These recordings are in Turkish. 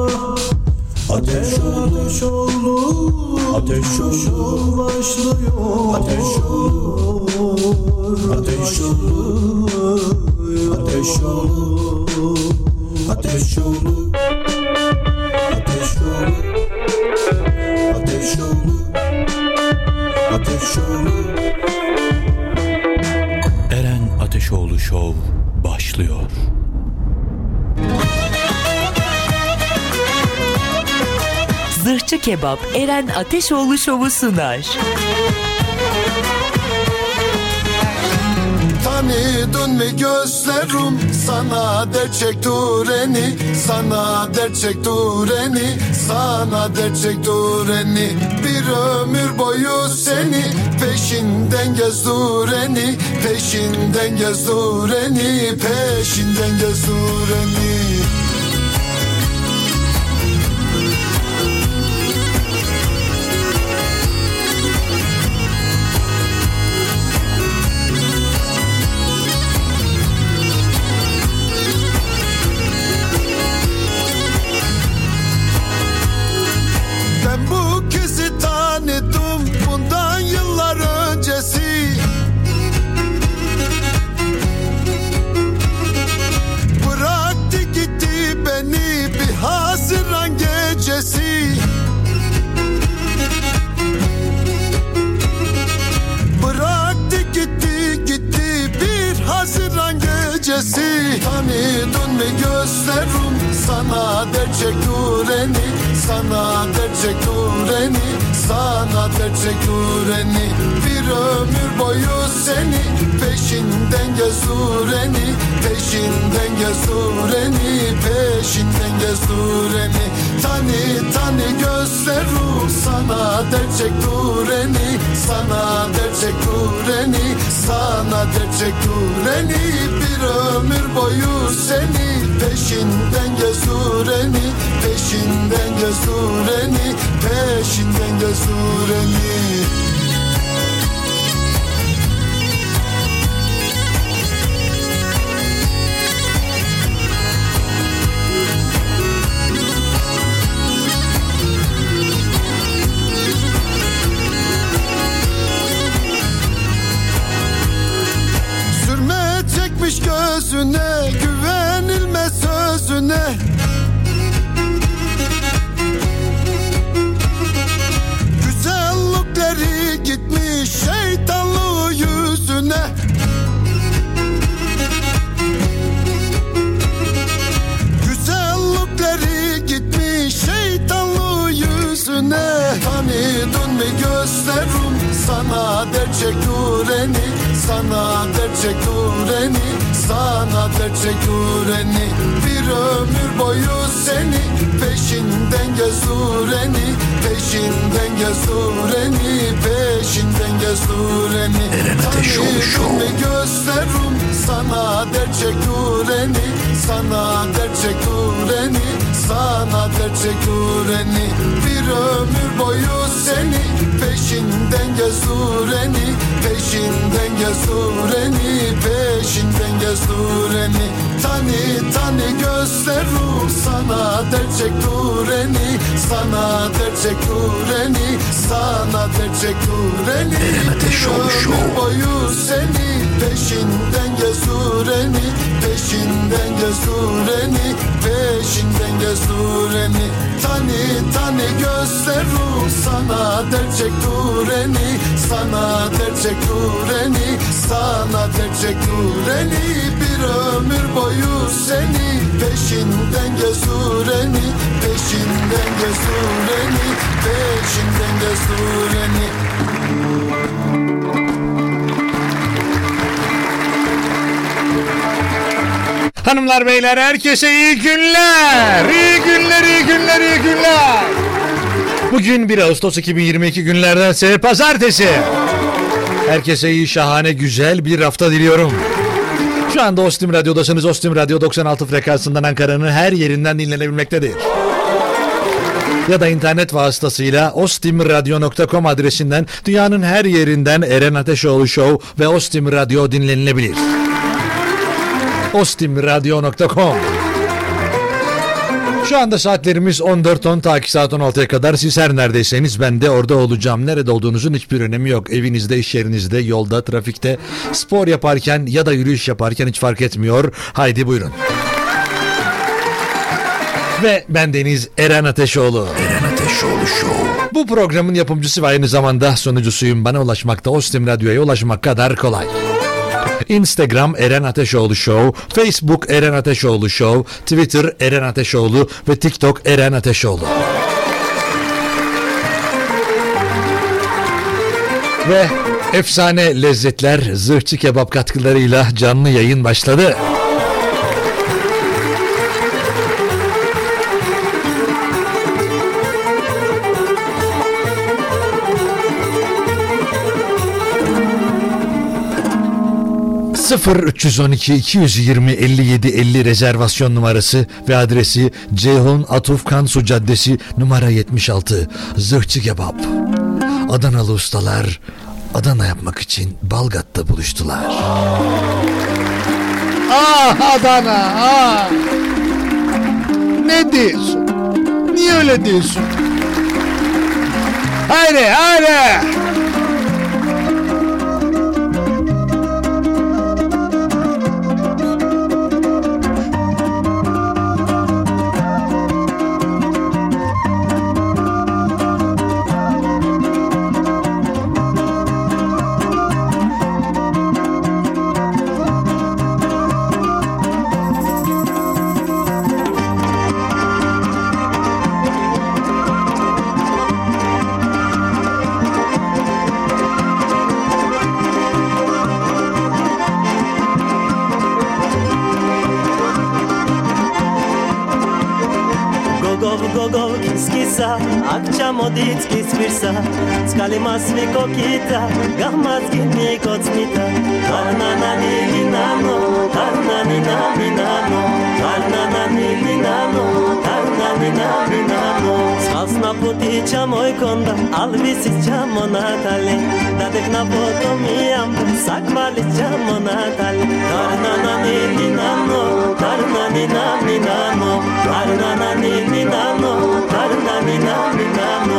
Ateş olur, ateş olur, başlıyor. Ateş olur, ateş olur, ateş olur, ateş olur, ateş olur, ateş olur, ateş olur. Eren Ateşoğlu Show başlıyor. Zırhçı Kebap Eren Ateşoğlu Show'u sunar. Tanıdın mı gözlerim sana dert çektireni, sana dert çektireni, sana dert çektireni. Bir ömür boyu seni peşinden gezdireni, peşinden gezdireni, peşinden gezdireni. Bundan yıllar öncesi bıraktı gitti beni bir Haziran gecesi. Bıraktı gitti bir Haziran gecesi. Tanıdın mı gözlerim sana dert çektireni, sana dert çektireni, sana dert çektireni. Bir ömür boyu seni peşinden gezdireni, peşinden gezdireni, peşinden gezdireni. Tanı gözlerim sana dert çektireni, sana dert çektireni, sana dert çektireni. Bir ömür boyu seni peşinden gezdireni, peşinden gezdireni, peşinden gezdireni. Sürme çekmiş gözüne, güvenilmez sözüne. Güzellikleri gitmiş şeytanlığı yüzüne. Güzellikleri gitmiş şeytanlığı yüzüne. Tanıdın mı gözlerim sana dert çektireni, sana dert çektireni, sana dert çektireni. Bir ömür boyu seni peşinden gezdireni, peşinden gezdireni, peşinden gezdireni. Tanıdın mı gözlerim sana dert çektireni, sana dert çektireni, sana dert çektireni. Bir ömür boyu seni peşinden gezdireni, peşinden gezdireni, peşinden gezdireni. Tanı gözlerim sana dert çektireni, sana dert çektireni, sana dert çektireni. Bir ömür boyu seni peşinden gezdireni, peşinden gezdireni, peşinden gezdireni. Tanı gözlerim sana dert çektireni, sana dert çektireni, sana dert çektireni. Bir ömür boyu seni peşinden gezdireni, peşinden gezdireni, peşinden gezdireni. Hanımlar beyler herkese iyi günler. İyi günler, iyi günler, iyi günler. Bugün 1 Ağustos 2022 günlerdense pazartesi. Herkese iyi, şahane, güzel bir hafta diliyorum. Şu anda Ostim Radyo'dasınız. Ostim Radyo 96 frekansından Ankara'nın her yerinden dinlenebilmektedir. Ya da internet vasıtasıyla ostimradyo.com adresinden dünyanın her yerinden Eren Ateşoğlu Show ve Ostim Radyo dinlenilebilir. ostimradyo.com. Şu anda saatlerimiz 14.10 ta ki saat 16'ya kadar. Siz her neredeyseniz ben de orada olacağım. Nerede olduğunuzun hiçbir önemi yok. Evinizde, iş yerinizde, yolda, trafikte, spor yaparken ya da yürüyüş yaparken hiç fark etmiyor. Haydi buyurun. Ve bendeniz Eren Ateşoğlu. Eren Ateşoğlu Show. Bu programın yapımcısı ve aynı zamanda sunucusuyum. Bana ulaşmakta Ostim Radyo'ya ulaşmak kadar kolay. Instagram Eren Ateşoğlu Show, Facebook Eren Ateşoğlu Show, Twitter Eren Ateşoğlu ve TikTok Eren Ateşoğlu. Ve efsane lezzetler zırhçı kebap katkılarıyla canlı yayın başladı. ...0312-220-57-50 rezervasyon numarası ve adresi Ceyhun Atuf Kansu Caddesi numara 76 Zırhçı Kebap. Adanalı ustalar Adana yapmak için Balgat'ta buluştular. Ah Adana ah! Ne diyorsun? Niye öyle diyorsun? Haydi haydi! Akşam odit kispirsa skalimas mi kokita gahmas gitmi kotsmita karnana nilinano karnanina minano karnana nilinano karnanina minano sasna poti chamoy konda alvisi chamona tale dadek na potomiyam sakmali chamona tale karnana nilinano karnanina minano karnana nilinano karnanina minano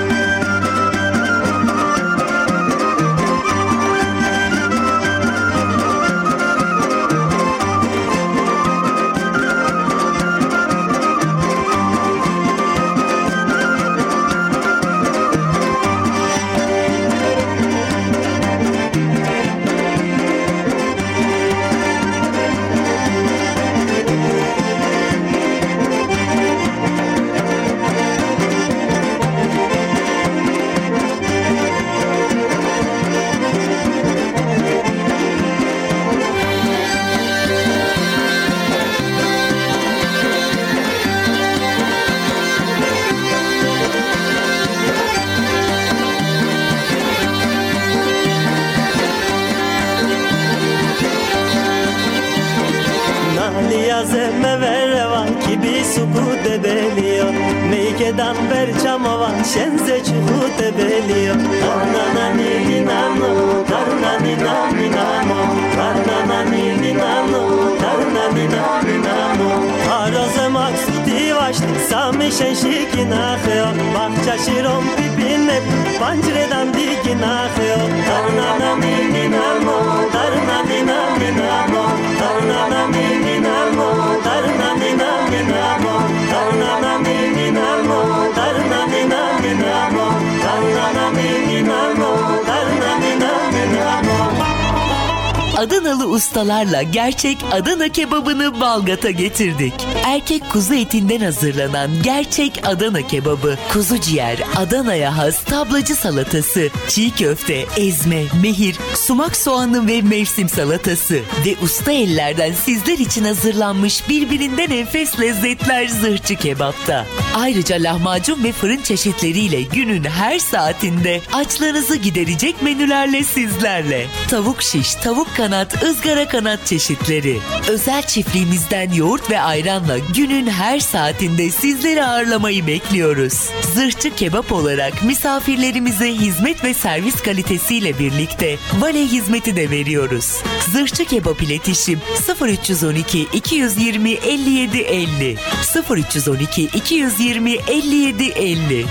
Dan ver çamova şenze çuhute belio karnana nilinano karnanina minano karnana nilinano karnanina minano aroze maksuti vaşti sami şenşikina kheo bahça şirom pipine panjredan dikina kheo karnana nilinano karnanina minano karnana nilinano karnanina minano karnana nilinano Adanalı ustalarla gerçek Adana kebabını Balgat'a getirdik. Erkek kuzu etinden hazırlanan gerçek Adana kebabı, kuzu ciğer, Adana'ya has tablacı salatası, çiğ köfte, ezme, mehir, sumak soğanı ve mevsim salatası ve usta ellerden sizler için hazırlanmış birbirinden enfes lezzetler Zırhçı Kebap'ta. Ayrıca lahmacun ve fırın çeşitleriyle günün her saatinde açlarınızı giderecek menülerle sizlerle. Tavuk şiş, tavuk kanat kanat, ızgara kanat çeşitleri. Özel çiftliğimizden yoğurt ve ayranla günün her saatinde sizleri ağırlamayı bekliyoruz. Zırhçı Kebap olarak misafirlerimize hizmet ve servis kalitesiyle birlikte vale hizmeti de veriyoruz. Zırhçı Kebap iletişim 0312 220 57 50 0312 220 57 50.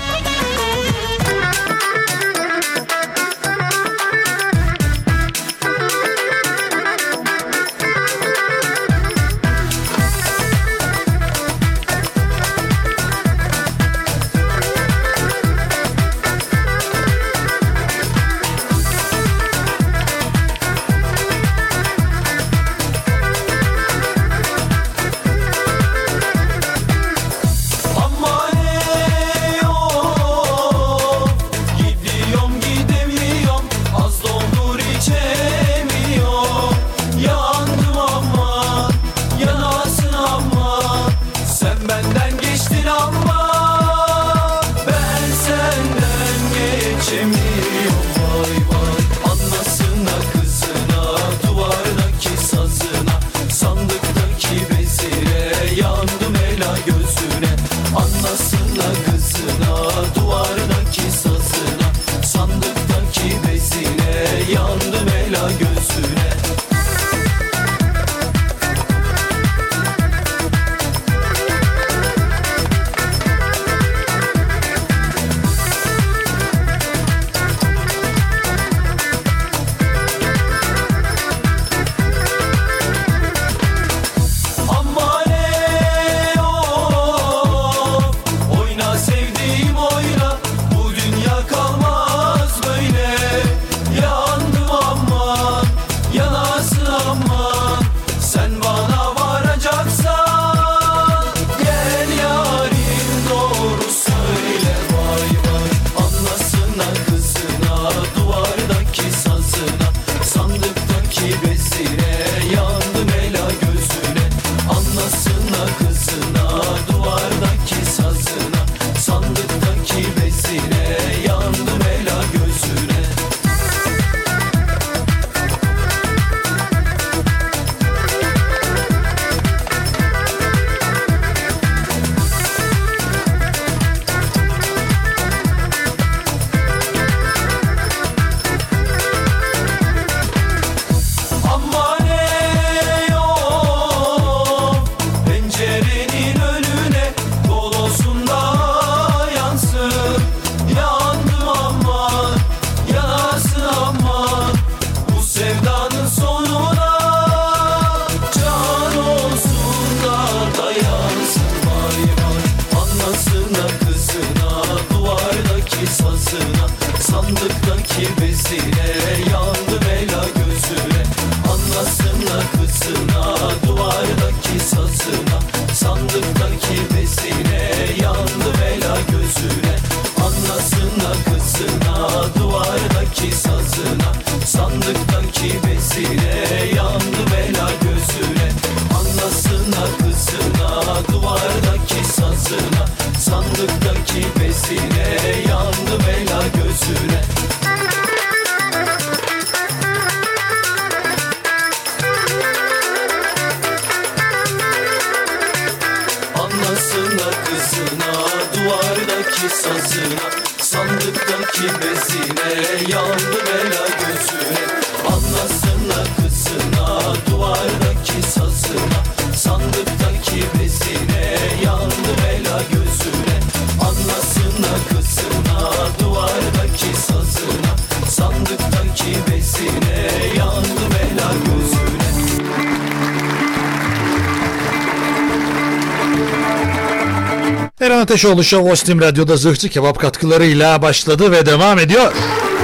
Eren Ateşoğlu Show Ostim Radyo'da Zırhçı Kebap katkılarıyla başladı ve devam ediyor.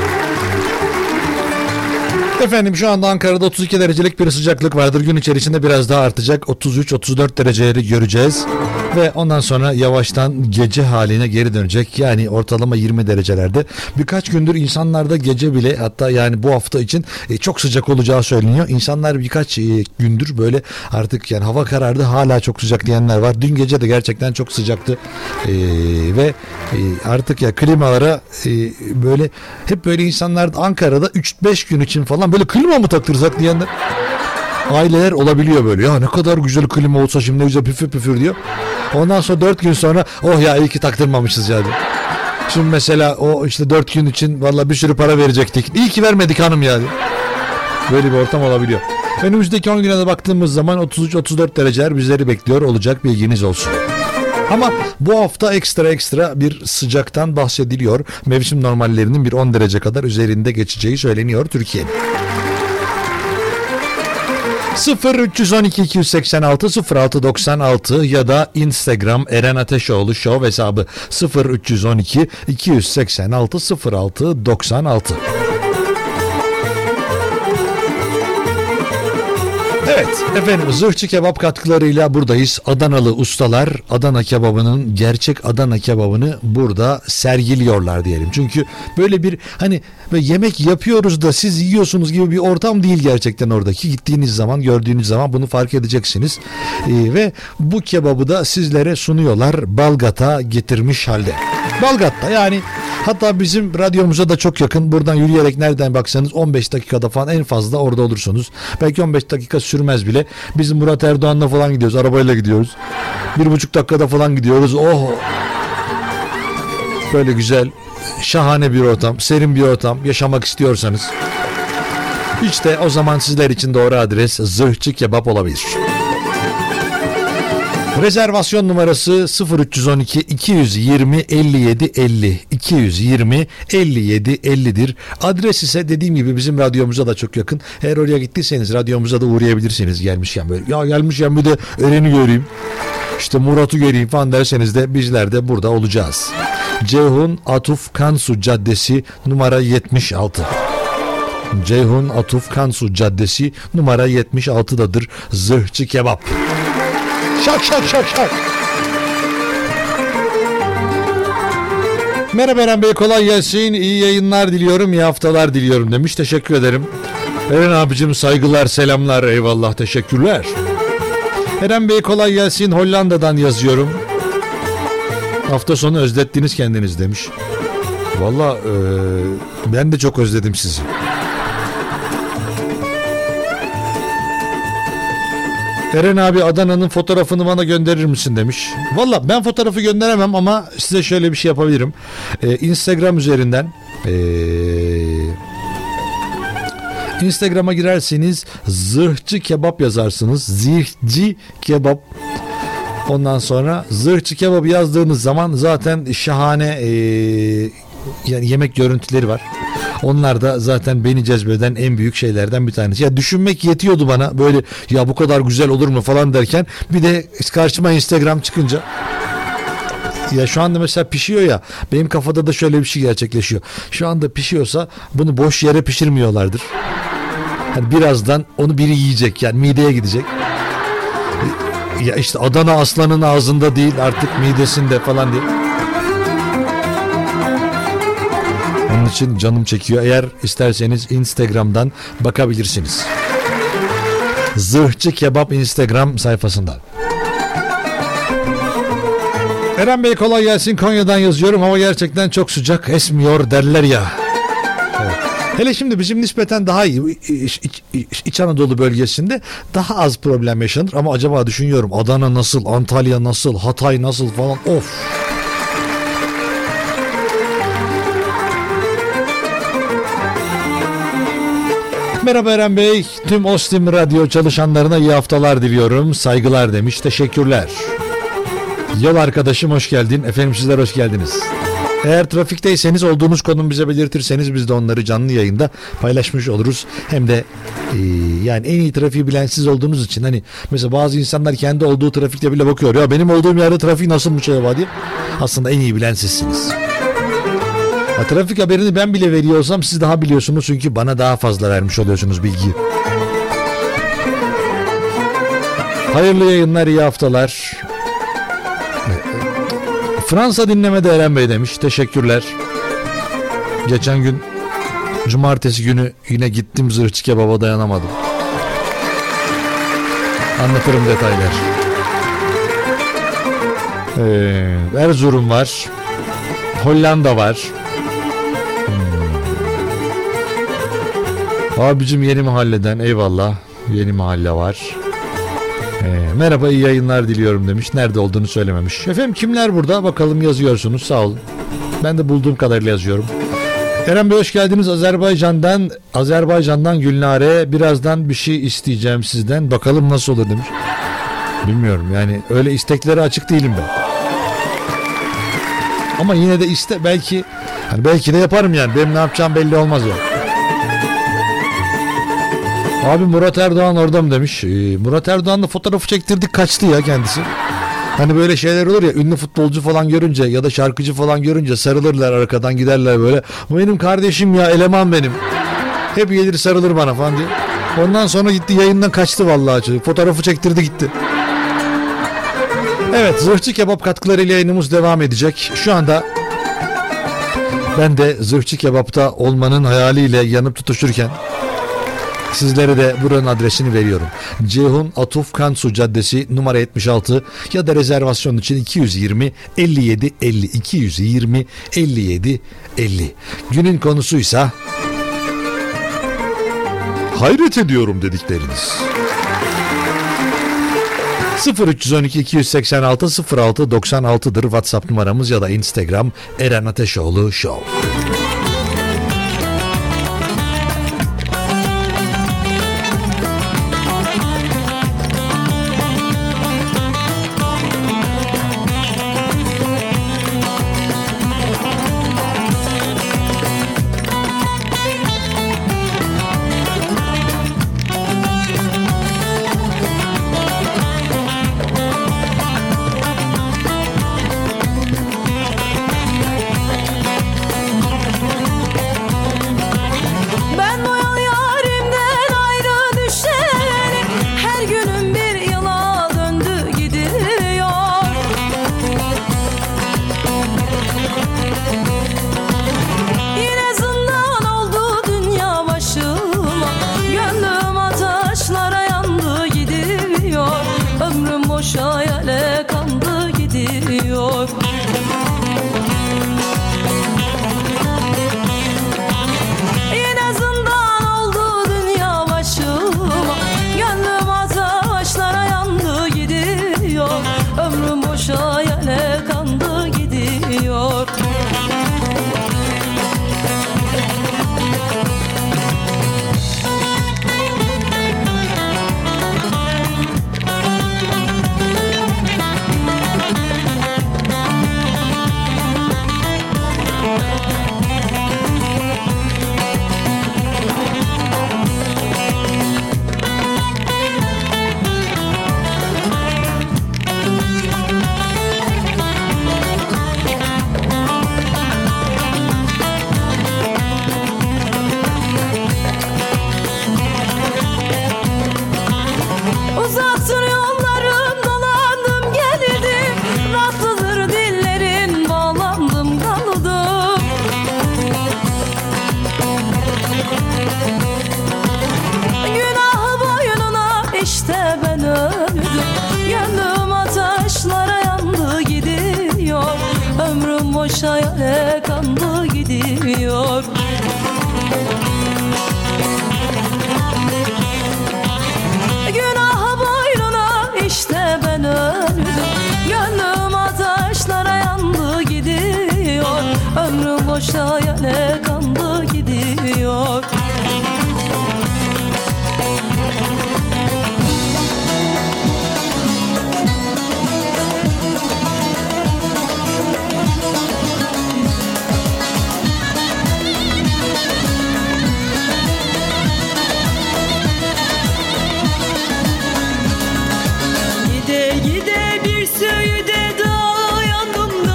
Efendim şu anda Ankara'da 32 derecelik bir sıcaklık vardır. Gün içerisinde biraz daha artacak. 33-34 dereceleri göreceğiz. Ve ondan sonra yavaştan gece haline geri dönecek. Yani ortalama 20 derecelerde. Birkaç gündür insanlarda gece bile, hatta yani bu hafta için çok sıcak olacağı söyleniyor. İnsanlar birkaç gündür böyle artık yani hava karardı, hala çok sıcak diyenler var. Dün gece de gerçekten çok sıcaktı. Ve artık ya klimalara böyle hep böyle insanlar Ankara'da 3-5 gün için falan böyle klima mı taktırsak diyenler, aileler olabiliyor böyle. Ya ne kadar güzel klima olsa şimdi, ne güzel püfür püfür diyor. Ondan sonra 4 gün sonra oh ya iyi ki taktırmamışız yani. Şimdi mesela o işte 4 gün için valla bir sürü para verecektik. İyi ki vermedik hanım yani. Böyle bir ortam olabiliyor. Önümüzdeki 10 güne de baktığımız zaman 33-34 dereceler bizleri bekliyor olacak, bilginiz olsun. Ama bu hafta ekstra bir sıcaktan bahsediliyor. Mevsim normallerinin bir 10 derece kadar üzerinde geçeceği söyleniyor Türkiye'nin. 0312 286 0696 ya da Instagram Eren Ateşoğlu Show hesabı 0312 286 0696. Evet efendim, zırhçı kebap katkılarıyla buradayız. Adanalı ustalar Adana kebabının, gerçek Adana kebabını burada sergiliyorlar diyelim. Çünkü böyle bir hani yemek yapıyoruz da siz yiyorsunuz gibi bir ortam değil gerçekten oradaki. Gittiğiniz zaman, gördüğünüz zaman bunu fark edeceksiniz. Ve bu kebabı da sizlere sunuyorlar. Balgat'a getirmiş halde. Balgat'ta yani, hatta bizim radyomuza da çok yakın. Buradan yürüyerek nereden baksanız 15 dakikada falan en fazla orada olursunuz. Belki 15 dakika sürmez bile. Biz Murat Erdoğan'la falan gidiyoruz. Arabayla gidiyoruz. 1,5 dakikada falan gidiyoruz. Oh! Böyle güzel, şahane bir ortam, serin bir ortam yaşamak istiyorsanız işte o zaman sizler için doğru adres Zırhçı Kebap olabilir. Rezervasyon numarası 0312 220 57 50 220 57 50'dir. Adres ise dediğim gibi bizim radyomuza da çok yakın. Eğer oraya gittiyseniz radyomuza da uğrayabilirsiniz gelmişken böyle. Ya gelmişken bir de Eren'i göreyim, İşte Murat'ı göreyim falan derseniz de bizler de burada olacağız. Ceyhun Atuf Kansu Caddesi numara 76. Ceyhun Atuf Kansu Caddesi numara 76'dadır Zırhçı Kebap. Şak şak şak şak. Merhaba Eren Bey, kolay gelsin. İyi yayınlar diliyorum, iyi haftalar diliyorum demiş. Teşekkür ederim. Eren abicim saygılar, selamlar, eyvallah, teşekkürler. Eren Bey kolay gelsin, Hollanda'dan yazıyorum. Hafta sonu özlettiniz kendiniz demiş. Valla ben de çok özledim sizi. Eren abi Adana'nın fotoğrafını bana gönderir misin demiş. Valla ben fotoğrafı gönderemem ama size şöyle bir şey yapabilirim. Instagram üzerinden Instagram'a girerseniz Zırhçı Kebap yazarsınız. Zırhçı Kebap. Ondan sonra Zırhçı Kebap yazdığınız zaman zaten şahane yani yemek görüntüleri var. Onlar da zaten beni cezbeden en büyük şeylerden bir tanesi. Ya düşünmek yetiyordu bana böyle, ya bu kadar güzel olur mu falan derken bir de karşıma Instagram çıkınca, ya şu anda mesela pişiyor ya, benim kafada da şöyle bir şey gerçekleşiyor. Şu anda pişiyorsa bunu boş yere pişirmiyorlardır. Yani birazdan onu biri yiyecek, yani mideye gidecek. Ya işte Adana aslanın ağzında değil artık midesinde falan diye. Onun için canım çekiyor. Eğer isterseniz Instagram'dan bakabilirsiniz. Zırhçı Kebap Instagram sayfasından. Eren Bey kolay gelsin, Konya'dan yazıyorum. Hava gerçekten çok sıcak, esmiyor derler ya. Evet. Hele şimdi bizim nispeten daha iyi İç Anadolu bölgesinde daha az problem yaşanır. Ama acaba düşünüyorum, Adana nasıl, Antalya nasıl, Hatay nasıl falan, of. Merhaba Eren Bey, tüm Ostim Radyo çalışanlarına iyi haftalar diliyorum, saygılar demiş, teşekkürler. Yol arkadaşım hoş geldin, efendim sizler hoş geldiniz. Eğer trafikteyseniz olduğunuz konumu bize belirtirseniz biz de onları canlı yayında paylaşmış oluruz. Hem de yani en iyi trafiği bilen siz olduğunuz için, hani mesela bazı insanlar kendi olduğu trafikte bile bakıyor, ya benim olduğum yerde trafik nasılmış acaba diye. Aslında en iyi bilen sizsiniz. Trafik haberini ben bile veriyorsam siz daha biliyorsunuz, çünkü bana daha fazla vermiş oluyorsunuz bilgiyi. Hayırlı yayınlar, iyi haftalar. Fransa dinlemede Eren Bey demiş. Teşekkürler. Geçen gün cumartesi günü yine gittim zırhçı kebaba, dayanamadım. Anlatırım detaylar. Erzurum var. Hollanda var. Abicim Yeni Mahalle'den eyvallah. Yeni Mahalle var. Merhaba, iyi yayınlar diliyorum demiş. Nerede olduğunu söylememiş. Efendim kimler burada? Bakalım, yazıyorsunuz, sağ olun. Ben de bulduğum kadarıyla yazıyorum. Eren Bey hoş geldiniz. Azerbaycan'dan Gülnare. Birazdan bir şey isteyeceğim sizden. Bakalım nasıl olur demiş. Bilmiyorum yani, öyle isteklere açık değilim ben. Ama yine de belki hani belki de yaparım yani. Benim ne yapacağım belli olmaz ya. Abi Murat Erdoğan orada mı demiş. Murat Erdoğan'la fotoğrafı çektirdik, kaçtı ya kendisi. Hani böyle şeyler olur ya, ünlü futbolcu falan görünce ya da şarkıcı falan görünce sarılırlar, arkadan giderler böyle. Benim kardeşim ya, eleman benim. Hep gelir sarılır bana falan diye. Ondan sonra gitti, yayından kaçtı vallahi çocuk. Fotoğrafı çektirdi gitti. Evet, Zırhçı Kebap katkılarıyla yayınımız devam edecek. Şu anda ben de Zırhçı Kebap'ta olmanın hayaliyle yanıp tutuşurken sizlere de buranın adresini veriyorum. Ceyhun Atuf Kansu Caddesi numara 76 ya da rezervasyon için 220 57 50 220 57 50. Günün konusuysa hayret ediyorum dedikleriniz. 0312 286 06 96'dır WhatsApp numaramız ya da Instagram Eren Ateşoğlu Show.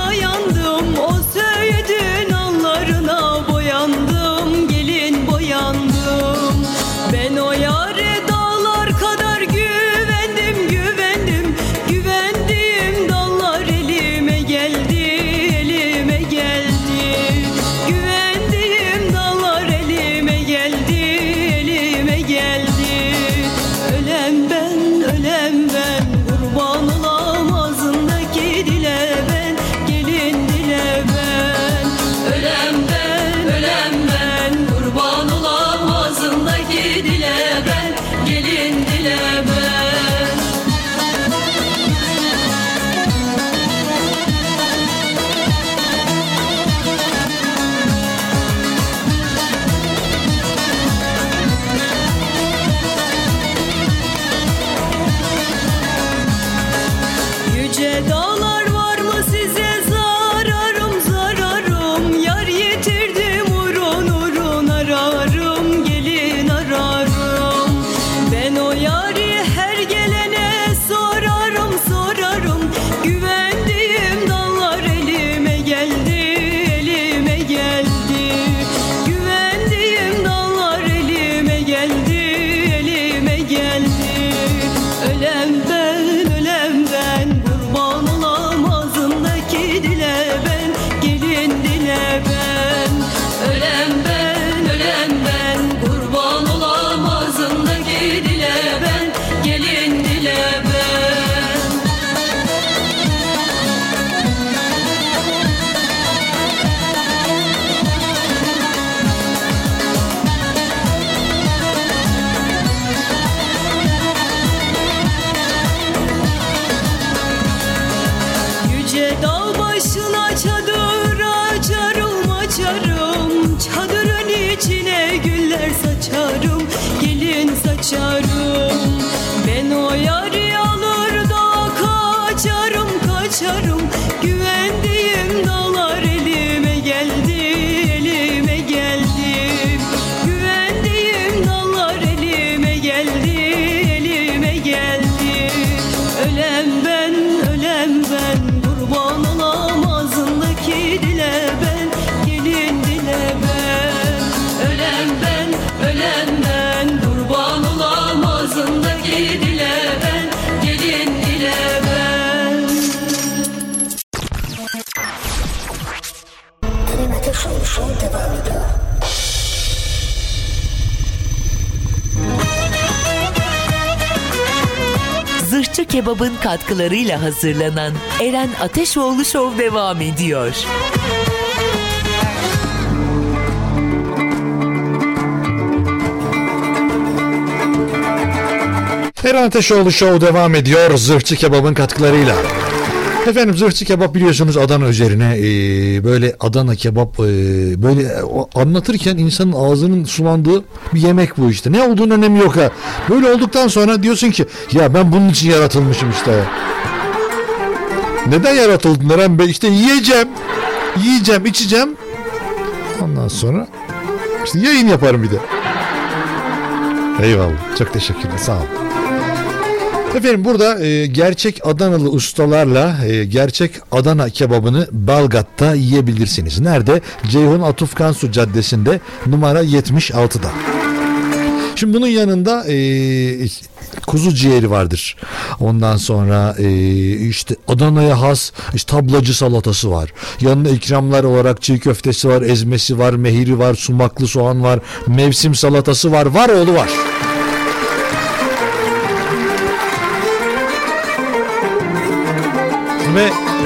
Boyandım, gelin boyandım. kaçarım. Ben o yarı alır da kaçarım kaçarım. Güvendiğim dağlar elime geldi elime geldi. Güvendiğim dağlar elime geldi elime geldi. Ölen ben kurban olam ağzındaki dile ben. Gelin dile ben. Ölen ben kurban olam ağzındaki dile ben. Gelin dile ben. Eren Ateşoğlu Show devam ediyor. Zırhçı Kebap'ın katkılarıyla hazırlanan Eren Ateşoğlu Show devam ediyor. Eren Ateşoğlu Show devam ediyor Zırhçı Kebap'ın katkılarıyla. Efendim Zırhçı Kebap biliyorsunuz Adana üzerine böyle Adana kebap böyle anlatırken insanın ağzının sulandığı bir yemek bu işte. Ne olduğunun önemi yok ha. Böyle olduktan sonra diyorsun ki ya ben bunun için yaratılmışım işte. Neden yaratıldın Eren Bey? İşte yiyeceğim, içeceğim. Ondan sonra işte yayın yaparım bir de. Eyvallah. Çok teşekkürler. Sağ olun. Efendim burada gerçek Adanalı ustalarla gerçek Adana kebabını Balgat'ta yiyebilirsiniz. Nerede? Ceyhun Atufkansu Caddesi'nde numara 76'da. Şimdi bunun yanında kuzu ciğeri vardır. Ondan sonra işte Adana'ya has işte tablacı salatası var. Yanında ikramlar olarak çiğ köftesi var, ezmesi var, mehiri var, sumaklı soğan var, mevsim salatası var. Var oğlu var. Ve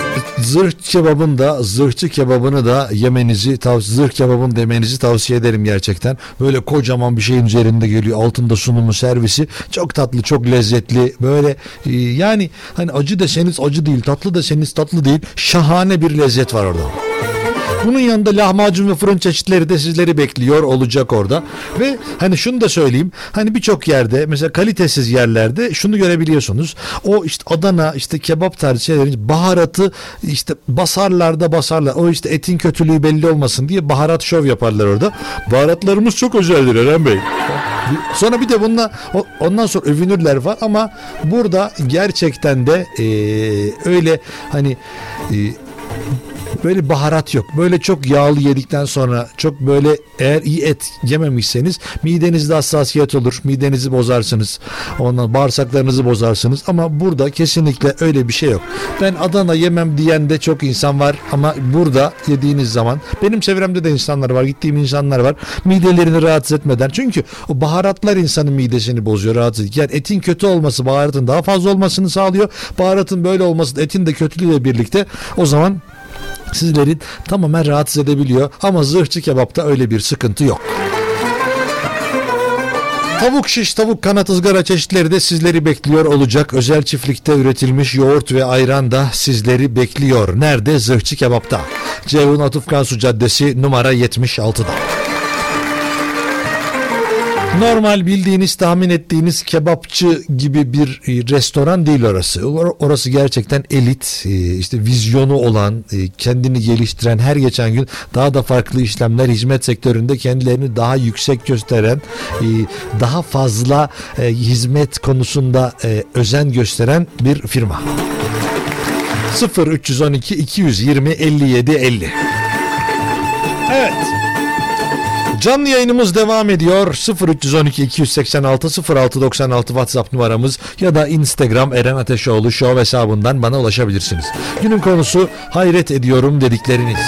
zırhçı kebabını da yemenizi zırh kebabını demenizi tavsiye ederim gerçekten. Böyle kocaman bir şeyin üzerinde geliyor. Altında sunumu, servisi. Çok tatlı, çok lezzetli. Böyle yani hani acı deseniz acı değil, tatlı deseniz tatlı değil. Şahane bir lezzet var orada. Bunun yanında lahmacun ve fırın çeşitleri de sizleri bekliyor olacak orada. Ve hani şunu da söyleyeyim. Hani birçok yerde mesela kalitesiz yerlerde şunu görebiliyorsunuz. O işte Adana işte kebap tarzı şeylerin baharatı işte basarlar. O işte etin kötülüğü belli olmasın diye baharat şov yaparlar orada. Baharatlarımız çok özeldir Eren Bey. Sonra bir de ondan sonra övünürler var ama burada gerçekten de öyle hani böyle baharat yok. Böyle çok yağlı yedikten sonra çok böyle eğer iyi et yememişseniz midenizde hassasiyet olur. Midenizi bozarsınız. Ondan bağırsaklarınızı bozarsınız. Ama burada kesinlikle öyle bir şey yok. Ben Adana yemem diyen de çok insan var ama burada yediğiniz zaman benim çevremde de insanlar var. Gittiğim insanlar var. Midelerini rahatsız etmeden. Çünkü o baharatlar insanın midesini bozuyor, rahatsız ediyor. Yani etin kötü olması baharatın daha fazla olmasını sağlıyor. Baharatın böyle olması etin de kötülüğüyle birlikte o zaman sizlerin tamamen rahatsız edebiliyor. Ama zırhçı kebapta öyle bir sıkıntı yok. Tavuk şiş, tavuk kanat, ızgara çeşitleri de sizleri bekliyor olacak. Özel çiftlikte üretilmiş yoğurt ve ayran da sizleri bekliyor. Nerede? Zırhçı Kebap'ta. Ceyhun Atufkansu Caddesi numara 76'da. Normal bildiğiniz, tahmin ettiğiniz kebapçı gibi bir restoran değil orası. Orası gerçekten elit, işte vizyonu olan, kendini geliştiren, her geçen gün daha da farklı işlemler, hizmet sektöründe kendilerini daha yüksek gösteren, daha fazla hizmet konusunda özen gösteren bir firma. 0312 220 57 50. Evet. Canlı yayınımız devam ediyor. 0312 286 0696 WhatsApp numaramız ya da Instagram Eren Ateşoğlu Show hesabından bana ulaşabilirsiniz. Günün konusu hayret ediyorum dedikleriniz.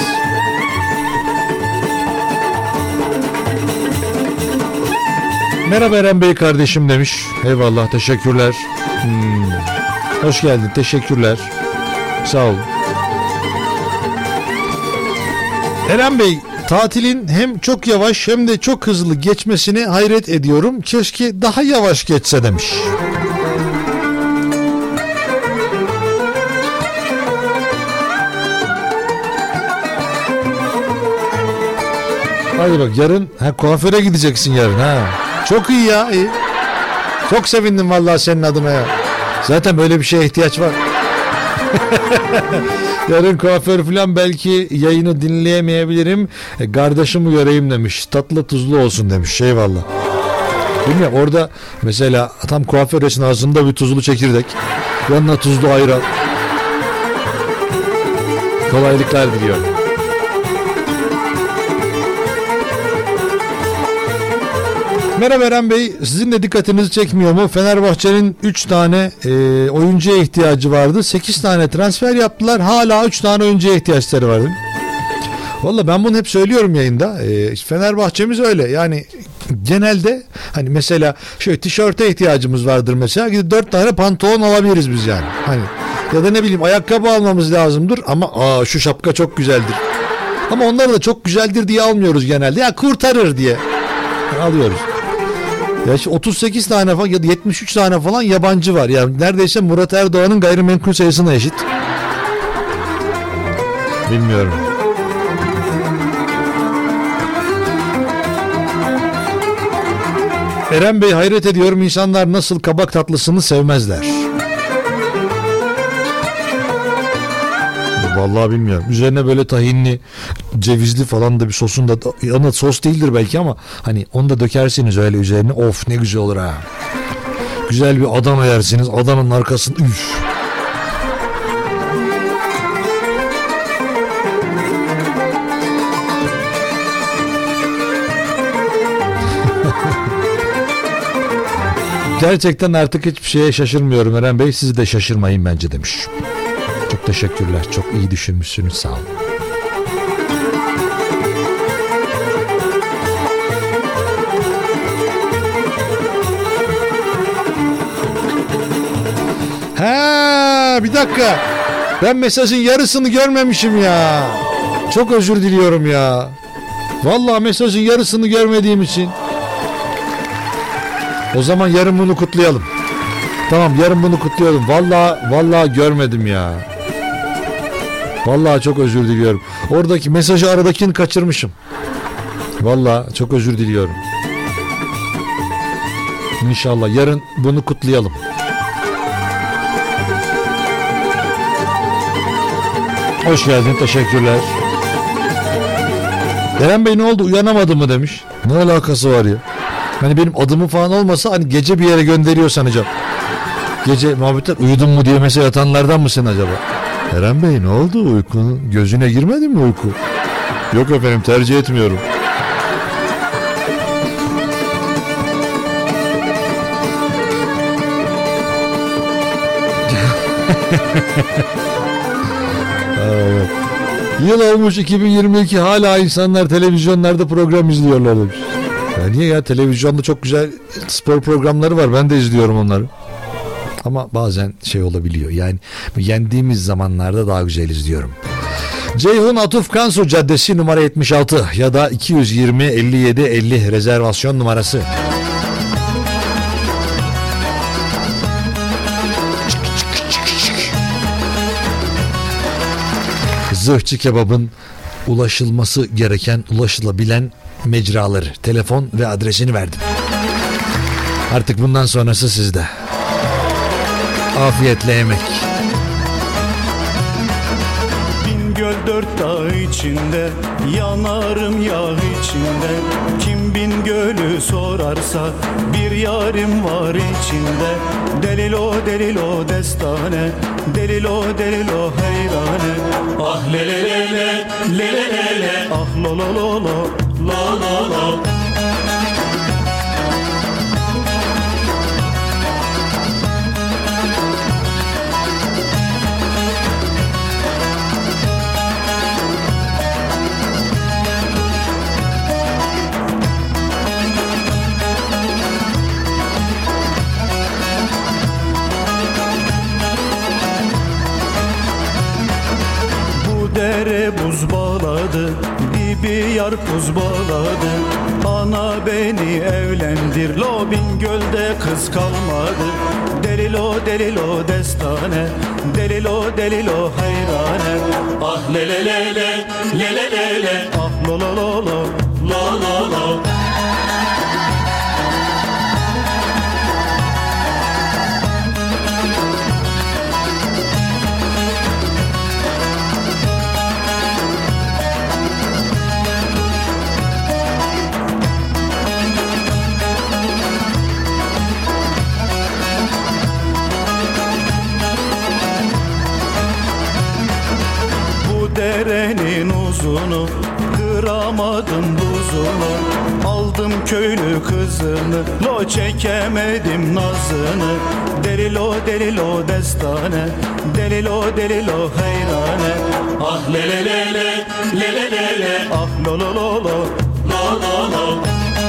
Merhaba Eren Bey kardeşim demiş. Eyvallah, teşekkürler. Hoş geldin, teşekkürler. Sağ olun. Eren Bey, tatilin hem çok yavaş hem de çok hızlı geçmesine hayret ediyorum. Keşke daha yavaş geçse demiş. Hadi bak, yarın kuaföre gideceksin yarın ha. Çok iyi ya, iyi. Çok sevindim vallahi senin adına ya. Zaten böyle bir şeye ihtiyaç var. Yarın kuaför falan belki yayını dinleyemeyebilirim. Kardeşimi göreyim demiş. Tatlı tuzlu olsun demiş. Eyvallah. Bilmiyorum orada mesela tam kuaför esnasında bir tuzlu çekirdek. Yanına tuzlu ayran. Kolaylıklar diliyorum. Merhaba Eren Bey, sizin de dikkatinizi çekmiyor mu? Fenerbahçe'nin 3 tane oyuncuya ihtiyacı vardı. 8 tane transfer yaptılar. Hala 3 tane oyuncuya ihtiyaçları vardı. Valla ben bunu hep söylüyorum yayında. Fenerbahçe'miz öyle. Yani genelde hani mesela şöyle tişörte ihtiyacımız vardır mesela. Gidip 4 tane pantolon alabiliriz biz yani. Hani ya da ne bileyim ayakkabı almamız lazımdır ama şu şapka çok güzeldir. Ama onları da çok güzeldir diye almıyoruz genelde. Ya kurtarır diye alıyoruz. Ya işte 38 tane falan ya da 73 tane falan yabancı var. Yani neredeyse Murat Erdoğan'ın gayrimenkul sayısına eşit. Bilmiyorum. Eren Bey hayret ediyorum insanlar nasıl kabak tatlısını sevmezler. Vallahi bilmiyorum. Üzerine böyle tahinli, cevizli falan da bir sosun da yanında sos değildir belki ama hani onu da dökersiniz öyle üzerine. Of ne güzel olur ha. Güzel bir Adana yersiniz. Adana'nın arkasında üf. Gerçekten artık hiçbir şeye şaşırmıyorum Eren Bey. Siz de şaşırmayın bence demiş. Çok teşekkürler. Çok iyi düşünmüşsünüz. Sağ olun. Bir dakika. Ben mesajın yarısını görmemişim ya. Çok özür diliyorum ya. Vallahi mesajın yarısını görmediğim için. O zaman yarın bunu kutlayalım. Tamam yarın bunu kutlayalım. Vallahi görmedim ya. Vallahi çok özür diliyorum. Oradaki mesajı aradakini kaçırmışım. Vallahi çok özür diliyorum. İnşallah yarın bunu kutlayalım. Hoş geldin, teşekkürler. Eren Bey ne oldu uyanamadı mı demiş. Ne alakası var ya? Hani benim adımı falan olmasa hani gece bir yere gönderiyor sanacağım. Gece muhabbetler uyudun mu diye mesela yatanlardan mısın acaba? Eren Bey ne oldu uykunun gözüne girmedi mi uyku? Yok efendim tercih etmiyorum. Evet. Yıl olmuş 2022 hala insanlar televizyonlarda program izliyorlar demiş. Ya niye ya televizyonda çok güzel spor programları var ben de izliyorum onları. Ama bazen şey olabiliyor yani yendiğimiz zamanlarda daha güzel izliyorum. Ceyhun Atuf Kansu Caddesi numara 76 ya da 220 57 50 rezervasyon numarası. Zırhçı kebabın ulaşılması gereken, ulaşılabilen mecraları, telefon ve adresini verdim. Artık bundan sonrası sizde. Afiyetle yemek. Bingöl 4 dağ içinde, yanarım yağ içinde. Kim Bingöl'ü sorarsa bir yarim var içinde. Delilo delilo destane, delilo delilo heyrane. Ah lele lele lele lele, ah lo lo lo lo lo lo lo. Dere buz bağladı, dibi yarpuz bağladı. Ana beni evlendir, lo Bingöl'de kız kalmadı. Delilo delilo destane, delilo delilo heyrane. Ah lele lele lele lele, ah lo lo lo lo lo lo lo. tuzunu, kıramadım buzunu. Aldım köylü kızını, lo çekemedim nazını. Delilo delilo destane, delilo delilo heyrane. Ah le le le le, le le le le, ah lo lo lo lo, lo lo lo.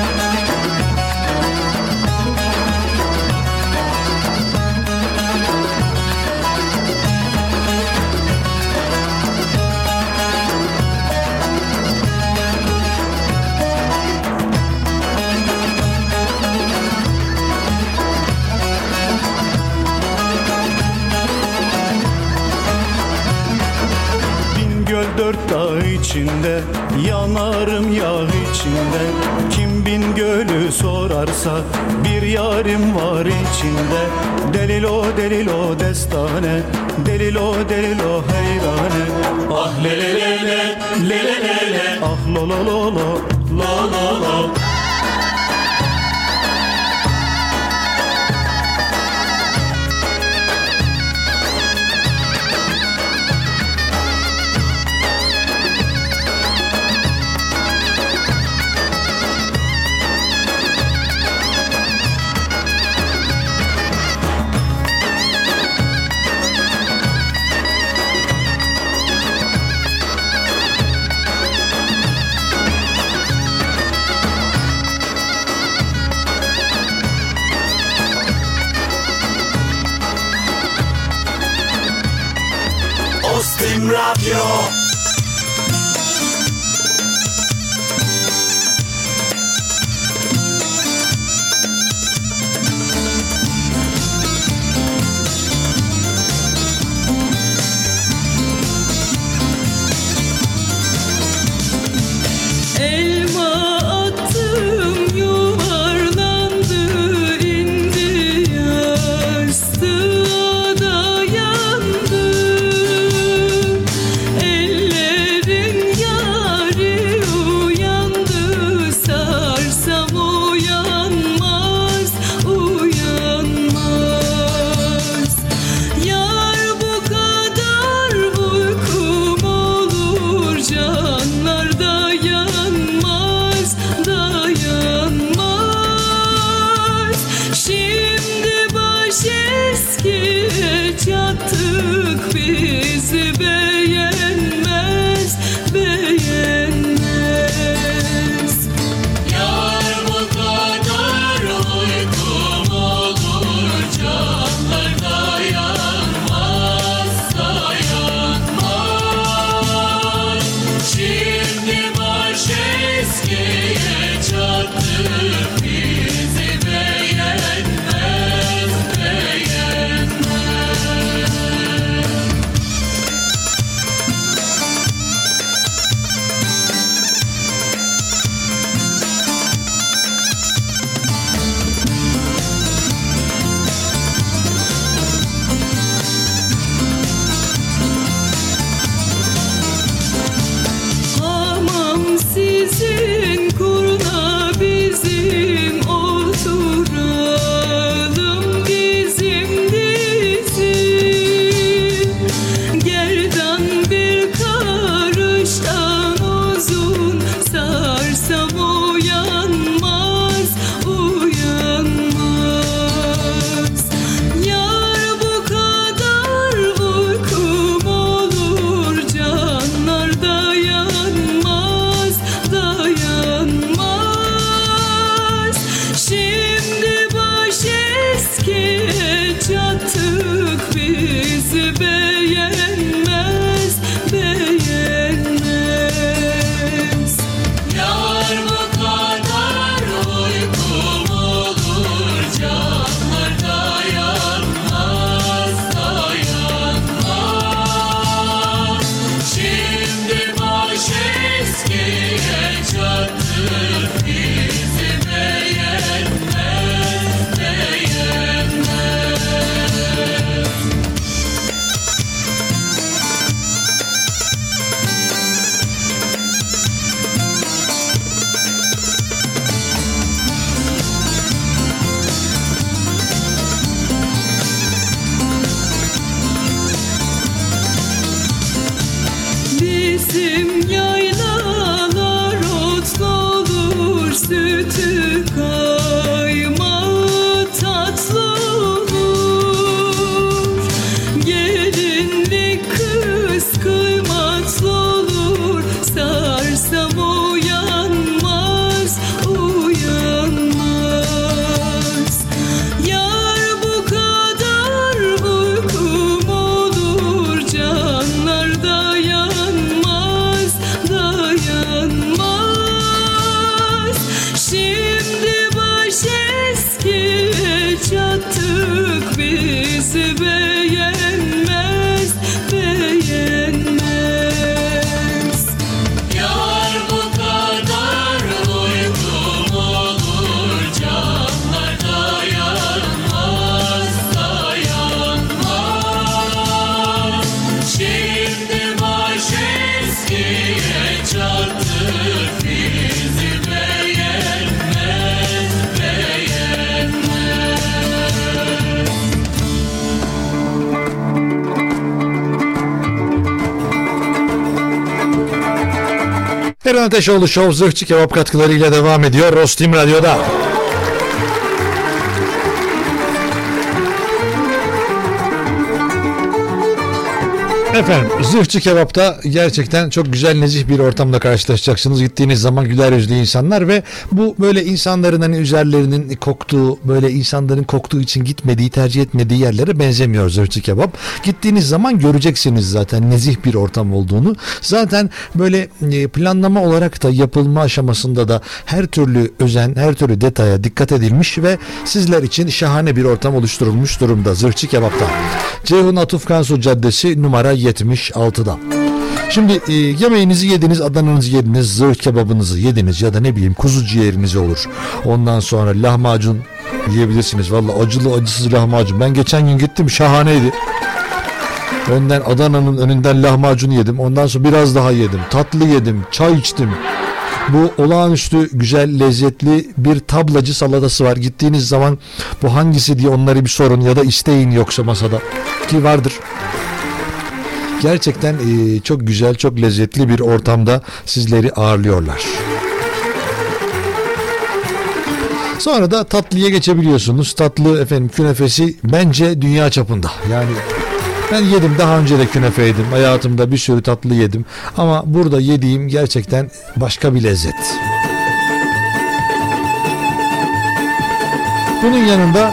Göl dört dağ içinde, yanarım yağ içinde. Kim bin gölü sorarsa bir yarim var içinde. Delilo delilo destane, delilo delilo heyrane. Ah le le le le, le le le le, ah lo lo lo lo, lo lo lo. Ostim Radio. Elma attım yuvarlandı indi yastığa dayandı. Ellerin yari uyandı, sarsam uyanmaz, uyanmaz. Yar bu kadar uykum olur, canlar dayanmaz, dayanmaz. Şimdi baş eskiye çattık, bizi beğenmez, beğenmez. Yar bu kadar uykum olur, canlar dayanmaz, dayanmaz. Şimdi baş eskiye çattık, bizi beğenmez, beğenmez. Hamam sizin Eren Ateşoğlu Show Zırhçı Kebap katkılarıyla devam ediyor Rostim Radyo'da. Efendim, Zırhçı Kebap'ta gerçekten çok güzel, nezih bir ortamda karşılaşacaksınız. Gittiğiniz zaman güler yüzlü insanlar ve bu böyle insanların hani üzerlerinin koktuğu, böyle insanların koktuğu için gitmediği, tercih etmediği yerlere benzemiyor Zırhçı Kebap. Gittiğiniz zaman göreceksiniz zaten nezih bir ortam olduğunu. Zaten böyle planlama olarak da yapılma aşamasında da her türlü özen, her türlü detaya dikkat edilmiş ve sizler için şahane bir ortam oluşturulmuş durumda Zırhçı Kebap'ta. Ceyhun Atuf Kansu Caddesi numara 76'da. Şimdi yemeğinizi yediniz, Adana'nızı yediniz, zırh kebabınızı yediniz ya da ne bileyim kuzu ciğeriniz olur. Ondan sonra lahmacun yiyebilirsiniz. Valla acılı acısız lahmacun. Ben geçen gün gittim, şahaneydi. Önden Adana'nın önünden lahmacun yedim. Ondan sonra biraz daha yedim. Tatlı yedim, çay içtim. Bu olağanüstü güzel, lezzetli bir tablacı salatası var. Gittiğiniz zaman bu hangisi diye onları bir sorun ya da isteyin, yoksa masada ki vardır. Gerçekten çok güzel, çok lezzetli bir ortamda sizleri ağırlıyorlar. Sonra da tatlıya geçebiliyorsunuz. Tatlı efendim, künefesi bence dünya çapında. Yani ben yedim, daha önce de künefe yedim. Hayatımda bir sürü tatlı yedim. Ama burada yediğim gerçekten başka bir lezzet. Bunun yanında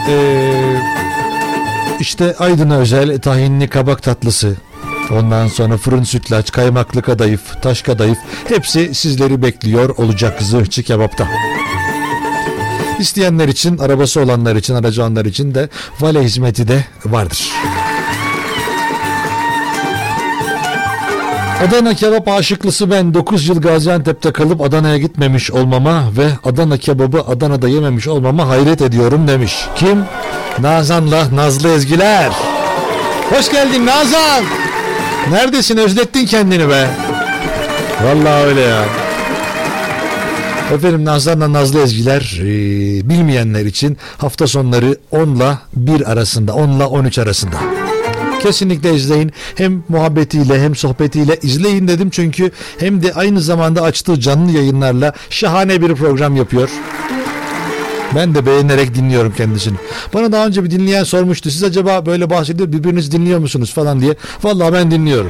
işte Aydın'a özel tahinli kabak tatlısı. Ondan sonra fırın sütlaç, kaymaklı kadayıf, taş kadayıf, hepsi sizleri bekliyor olacak Zırhçı Kebap'ta. İsteyenler için, arabası olanlar için, aracı olanlar için de vale hizmeti de vardır. Adana kebap aşıklısı ben 9 yıl Gaziantep'te kalıp Adana'ya gitmemiş olmama ve Adana kebabı Adana'da yememiş olmama hayret ediyorum demiş. Kim? Nazan'la Nazlı Ezgiler. Hoş geldin Nazan. Neredesin? Özlettin kendini be. Vallahi öyle ya. Efendim, Nazan'la Nazlı Ezgiler bilmeyenler için hafta sonları 10 ile 1 arasında, 10 ile 13 arasında. Kesinlikle izleyin. Hem muhabbetiyle hem sohbetiyle izleyin dedim çünkü hem de aynı zamanda açtığı canlı yayınlarla şahane bir program yapıyor. Ben de beğenerek dinliyorum kendisini. Bana daha önce bir dinleyen sormuştu. Siz acaba böyle bahsediyor, birbirinizi dinliyor musunuz falan diye. Vallahi ben dinliyorum.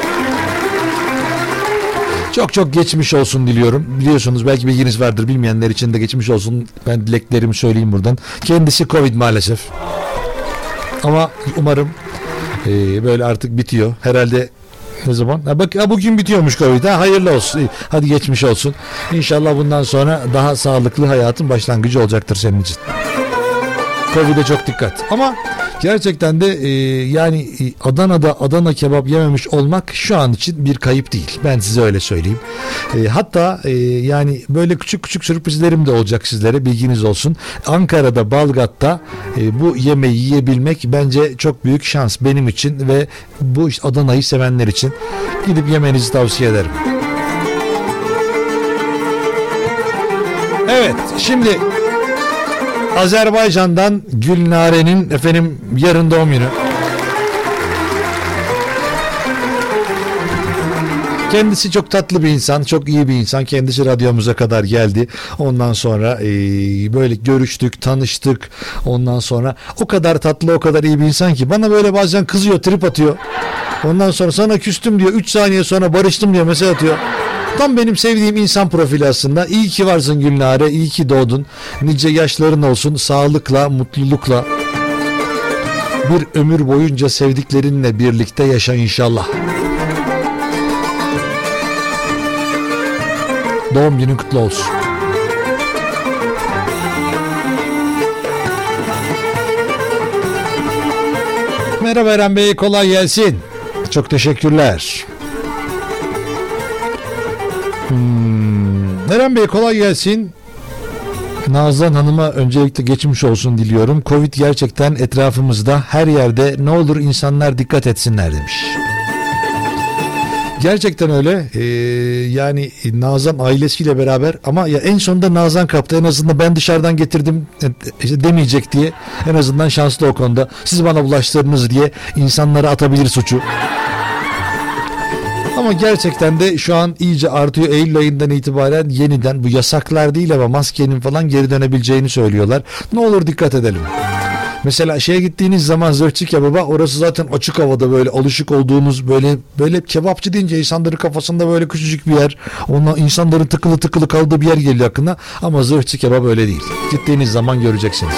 Çok çok geçmiş olsun diliyorum. Biliyorsunuz, belki bilginiz vardır. Bilmeyenler için de geçmiş olsun. Ben dileklerimi söyleyeyim buradan. Kendisi Covid maalesef. Ama umarım böyle artık bitiyor. Herhalde ne zaman? Bak bugün bitiyormuş Covid. Hayırlı olsun. Hadi geçmiş olsun. İnşallah bundan sonra daha sağlıklı hayatın başlangıcı olacaktır senin için. Covid'e çok dikkat. Ama gerçekten de yani Adana'da Adana kebap yememiş olmak şu an için bir kayıp değil. Ben size öyle söyleyeyim. Hatta yani böyle küçük küçük sürprizlerim de olacak sizlere, bilginiz olsun. Ankara'da, Balgat'ta bu yemeği yiyebilmek bence çok büyük şans benim için ve bu işte Adana'yı sevenler için. Gidip yemenizi tavsiye ederim. Evet, şimdi Azerbaycan'dan Gülnare'nin efendim yarın doğum günü. Kendisi çok tatlı bir insan, çok iyi bir insan. Kendisi radyomuza kadar geldi. Ondan sonra böyle görüştük, tanıştık. Ondan sonra o kadar tatlı, o kadar iyi bir insan ki bana böyle bazen kızıyor, trip atıyor. Ondan sonra sana küstüm diyor. 3 saniye sonra barıştım diyor, mesaj atıyor. Tam benim sevdiğim insan profili aslında. İyi ki varsın Gülnare, iyi ki doğdun. Nice yaşların olsun, sağlıkla, mutlulukla. Bir ömür boyunca sevdiklerinle birlikte yaşa inşallah. Doğum günün kutlu olsun. Merhaba Eren Bey, kolay gelsin. Çok teşekkürler. Eren Bey kolay gelsin. Nazan Hanım'a öncelikle geçmiş olsun diliyorum. Covid gerçekten etrafımızda, her yerde, ne olur insanlar dikkat etsinler demiş. Gerçekten öyle. Yani Nazan ailesiyle beraber, ama ya en sonunda Nazan kaptı. En azından ben dışarıdan getirdim demeyecek diye. En azından şanslı o konuda. Siz bana bulaştırdınız diye insanlara atabilir suçu. Ama gerçekten de şu an iyice artıyor. Eylül ayından itibaren yeniden bu yasaklar değil ama maskenin falan geri dönebileceğini söylüyorlar. Ne olur dikkat edelim. Mesela şeye gittiğiniz zaman Zırhçı Kebaba, orası zaten açık havada, böyle alışık olduğunuz, böyle kebapçı deyince insanların kafasında böyle küçücük bir yer, onunla insanların tıkılı kaldığı bir yer geliyor aklına, ama Zırhçı Kebap öyle değil. Gittiğiniz zaman göreceksiniz.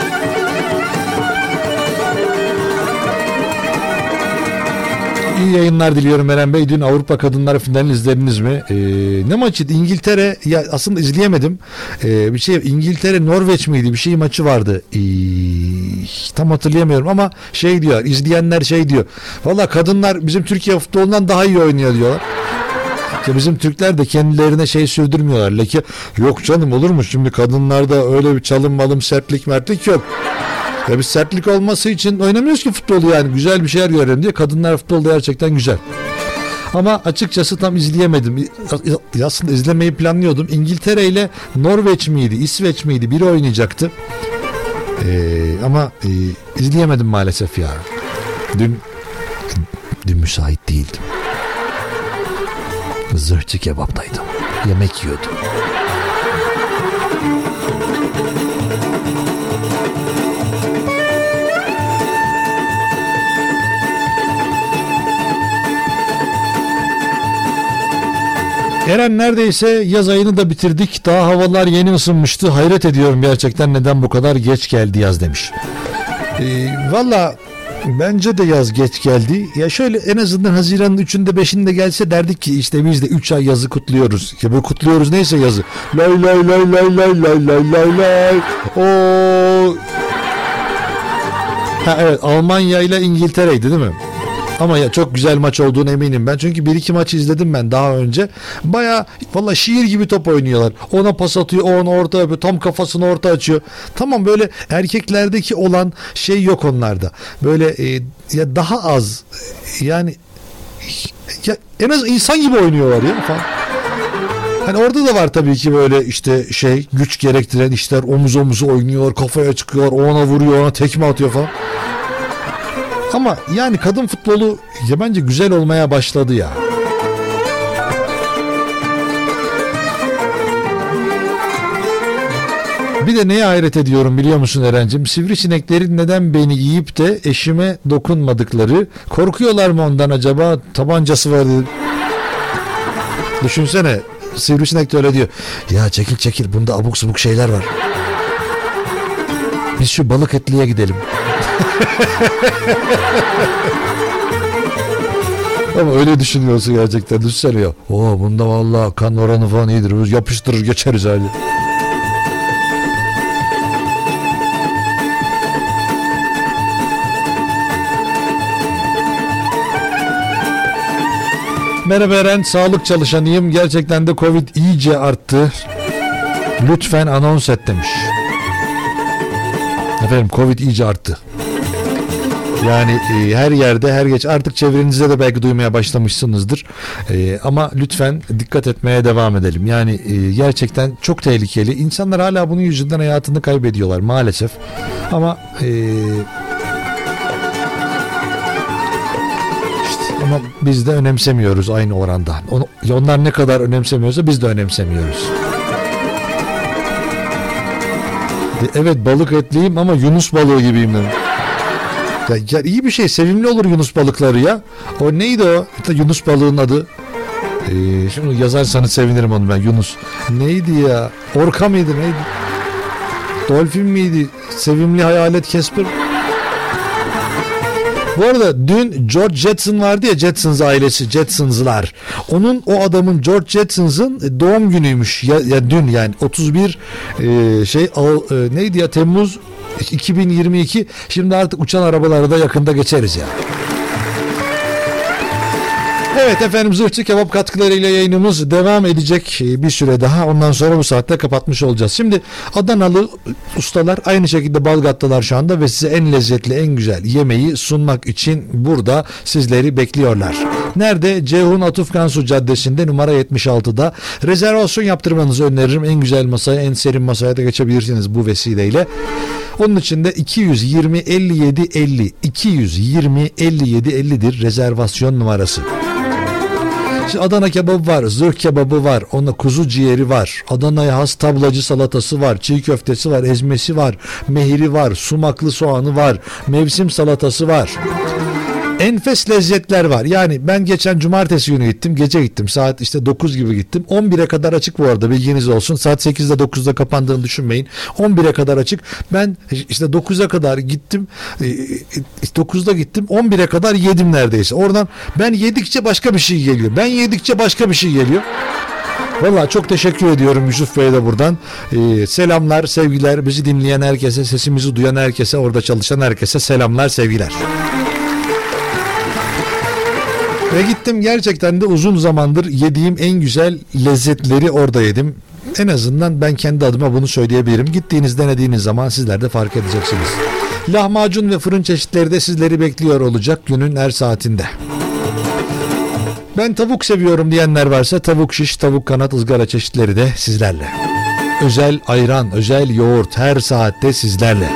İyi yayınlar diliyorum Eren Bey. Dün Avrupa Kadınlar finalini izlediniz mi? Ne maçıydı? İngiltere, ya aslında izleyemedim. Bir şey, İngiltere Norveç miydi? Bir şey maçı vardı. Tam hatırlayamıyorum ama şey diyor, izleyenler şey diyor. Valla kadınlar bizim Türkiye futbolundan daha iyi oynuyor diyorlar. Ya bizim Türkler de kendilerine şey sürdürmüyorlar. Leke, yok canım, olur mu? Şimdi kadınlarda öyle bir çalım sertlik yok. Ya biz sertlik olması için oynamıyoruz ki futbolu, yani güzel bir şeyler görelim diye. Kadınlar futbolda gerçekten güzel. Ama açıkçası tam izleyemedim. Aslında izlemeyi planlıyordum. İngiltere ile Norveç miydi, İsveç miydi? Biri oynayacaktı. Ama izleyemedim maalesef ya. Dün müsait değildim. Zırhçı Kebap'taydım. Yemek yiyordum. Eren, neredeyse yaz ayını da bitirdik. Daha havalar yeni ısınmıştı. Hayret ediyorum gerçekten, neden bu kadar geç geldi yaz demiş. Valla bence de yaz geç geldi. Ya şöyle, en azından Haziran'ın 3'ünde 5'inde gelse derdik ki işte biz de 3 ay yazı kutluyoruz. Ya böyle kutluyoruz neyse yazı. Lay lay lay lay lay lay lay lay lay. Ha evet, Almanya ile İngiltere'ydi değil mi? Ama ya çok güzel maç olduğunu eminim ben. Çünkü 1-2 maçı izledim ben daha önce. Baya valla şiir gibi top oynuyorlar. Ona pas atıyor, o ona orta yapıyor. Tam kafasını orta açıyor. Tamam, böyle erkeklerdeki olan şey yok onlarda. Böyle ya daha az. Yani ya en az insan gibi oynuyorlar ya falan. Hani orada da var tabii ki böyle işte şey, güç gerektiren işler, omuz omuzu oynuyor, kafaya çıkıyor, o ona vuruyor, ona tekme atıyor falan. Ama yani kadın futbolu ya bence güzel olmaya başladı ya. Bir de neye hayret ediyorum biliyor musun Eren'cim? Sivrisineklerin neden beni yiyip de eşime dokunmadıkları, korkuyorlar mı ondan acaba? Tabancası var dedi. Düşünsene, sivrisinek de öyle diyor. Ya çekil bunda abuk subuk şeyler var. Biz şu balık etliye gidelim. Ama öyle düşünüyorsun gerçekten. Düşünsene ya. Bunda vallahi kan oranı falan iyidir. Biz yapıştırır geçeriz hali. Merhaba Eren, sağlık çalışanıyım. Gerçekten de Covid iyice arttı. Lütfen anons et demiş. Efendim, Covid iyice arttı. Yani her yerde, her geç, artık çevrenizde de belki duymaya başlamışsınızdır. Ama lütfen dikkat etmeye devam edelim. Yani gerçekten çok tehlikeli. İnsanlar hala bunun yüzünden hayatını kaybediyorlar maalesef. Ama ama biz de önemsemiyoruz aynı oranda. Onlar ne kadar önemsemiyorsa biz de önemsemiyoruz. Evet, balık etliyim ama Yunus balığı gibiyim dedim. Ya iyi bir şey, sevimli olur Yunus balıkları ya. O neydi o? Yunus balığın adı. Şimdi yazarsanız sevinirim onu ben. Yunus. Neydi ya? Orka mıydı neydi? Dolphin miydi? Sevimli hayalet Casper. Bu arada dün George Jetson vardı ya, Jetsons ailesi, Jetsons'lar. O adamın, George Jetsons'ın doğum günüymüş. Ya dün, yani 31 neydi ya, Temmuz 2022. Şimdi artık uçan arabalara da yakında geçeriz ya. Evet efendim, Zırhçı Kebap katkılarıyla yayınımız devam edecek bir süre daha. Ondan sonra bu saatte kapatmış olacağız. Şimdi Adanalı ustalar aynı şekilde Balgat'talar şu anda ve size en lezzetli, en güzel yemeği sunmak için burada sizleri bekliyorlar. Nerede? Ceyhun Atuf Kansu Caddesi'nde numara 76'da. Rezervasyon yaptırmanızı öneririm. En güzel masaya, en serin masaya da geçebilirsiniz bu vesileyle. Onun için de 220 57 50 220 57 50'dir rezervasyon numarası. İşte Adana kebabı var, zırh kebabı var, ona kuzu ciğeri var, Adana'ya has tablacı salatası var, çiğ köftesi var, ezmesi var, mehiri var, sumaklı soğanı var, mevsim salatası var. Enfes lezzetler var. Yani ben geçen cumartesi günü gittim. Gece gittim. Saat işte 9 gibi gittim. 11'e kadar açık bu arada, bilginiz olsun. Saat 8'de 9'da kapandığını düşünmeyin. 11'e kadar açık. Ben işte 9'a kadar gittim. 9'da gittim. 11'e kadar yedim neredeyse. Oradan ben yedikçe başka bir şey geliyor. Ben yedikçe başka bir şey geliyor. Vallahi çok teşekkür ediyorum Yusuf Bey'e de buradan. Selamlar, sevgiler. Bizi dinleyen herkese, sesimizi duyan herkese, orada çalışan herkese selamlar, sevgiler. Ve gittim, gerçekten de uzun zamandır yediğim en güzel lezzetleri orada yedim. En azından ben kendi adıma bunu söyleyebilirim. Gittiğiniz, denediğiniz zaman sizler de fark edeceksiniz. Lahmacun ve fırın çeşitleri de sizleri bekliyor olacak günün her saatinde. Ben tavuk seviyorum diyenler varsa tavuk şiş, tavuk kanat, ızgara çeşitleri de sizlerle. Özel ayran, özel yoğurt her saatte sizlerle.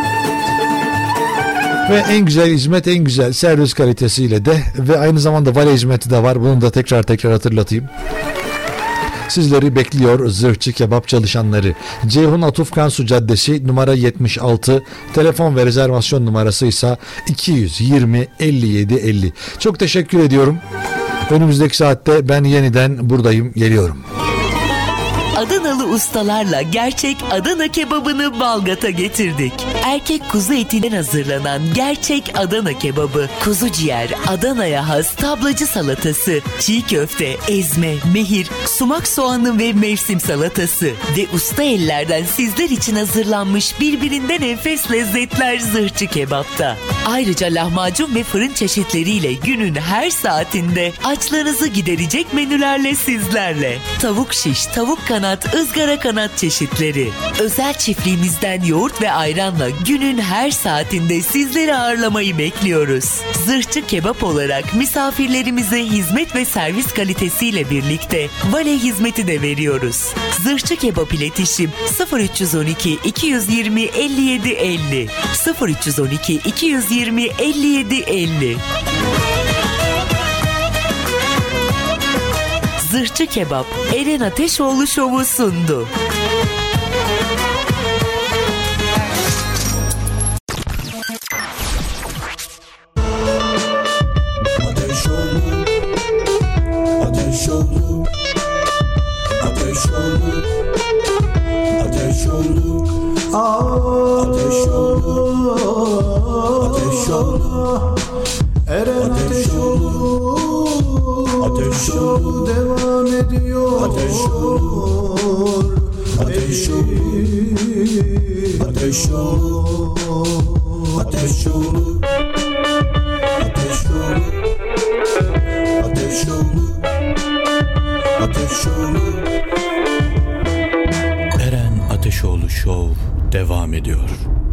Ve en güzel hizmet, en güzel servis kalitesiyle de ve aynı zamanda vale hizmeti de var. Bunu da tekrar hatırlatayım. Sizleri bekliyor zırhçı kebap çalışanları. Ceyhun Atuf Kansu Caddesi numara 76. Telefon ve rezervasyon numarası ise 220 57 50. Çok teşekkür ediyorum. Önümüzdeki saatte ben yeniden buradayım, geliyorum. Adanalı ustalarla gerçek Adana kebabını Balgat'a getirdik. Erkek kuzu etinden hazırlanan gerçek Adana kebabı, kuzu ciğer, Adana'ya has tablacı salatası, çiğ köfte, ezme, mehir, sumak soğanı ve mevsim salatası ve usta ellerden sizler için hazırlanmış birbirinden enfes lezzetler zırhçı kebapta. Ayrıca lahmacun ve fırın çeşitleriyle günün her saatinde açlarınızı giderecek menülerle sizlerle. Tavuk şiş, tavuk kanat, ızgara kanat çeşitleri. Özel çiftliğimizden yoğurt ve ayranla günün her saatinde sizleri ağırlamayı bekliyoruz. Zırhçı kebap olarak misafirlerimize hizmet ve servis kalitesiyle birlikte vale hizmeti de veriyoruz. Zırhçı kebap iletişim 0312 220 57 50 0312 220 57 50. Zırhçı Kebap Eren Ateşoğlu Şovu sundu. Ateşoğlu, Ateşoğlu, Ateşoğlu, Ateşoğlu, Ateşoğlu, Ateşoğlu, Eren Ateşoğlu, Ateşoğlu devam ediyor. Ateşoğlu, Ateşoğlu, Ateşoğlu, Ateşoğlu, Ateşoğlu, Ateşoğlu, Ateşoğlu. Eren Ateşoğlu Show devam ediyor.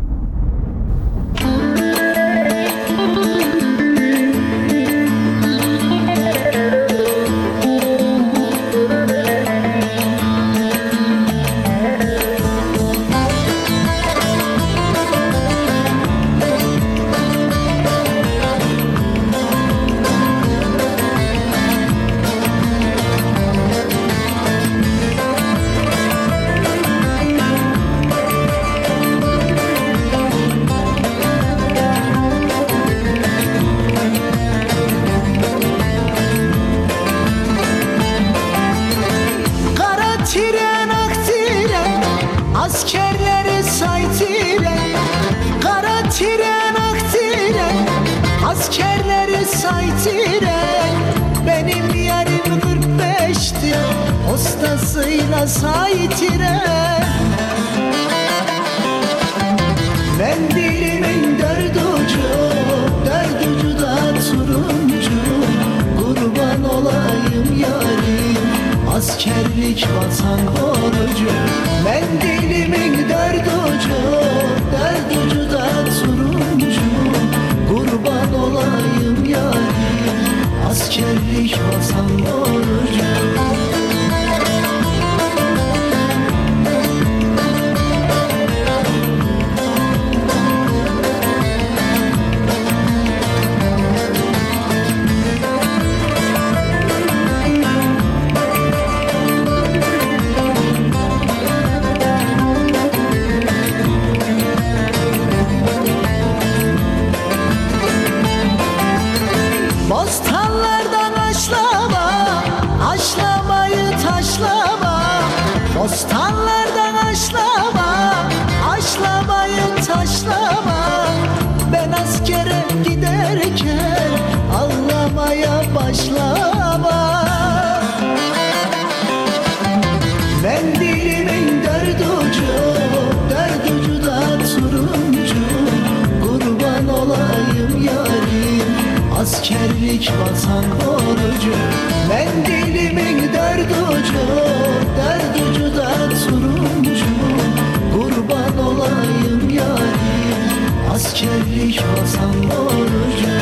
Postasıyla saytire mendilimin dört ucu da turuncu. Kurban olayım yarim, askerlik vatan borcu. Mendilimin dört ucu da turuncu. Kurban olayım yarim, askerlik vatan borcu. Bostanlardan aşlama, aşlamayı taşlama. Ben askere giderken ağlamaya başlama. Mendilimin dert ucu da turuncu. Kurban olayım yarim, askerlik vatan orucu. Mendilimin dert ucu da turuncu. Kurban olayım yarim, askerlik vatan orucu.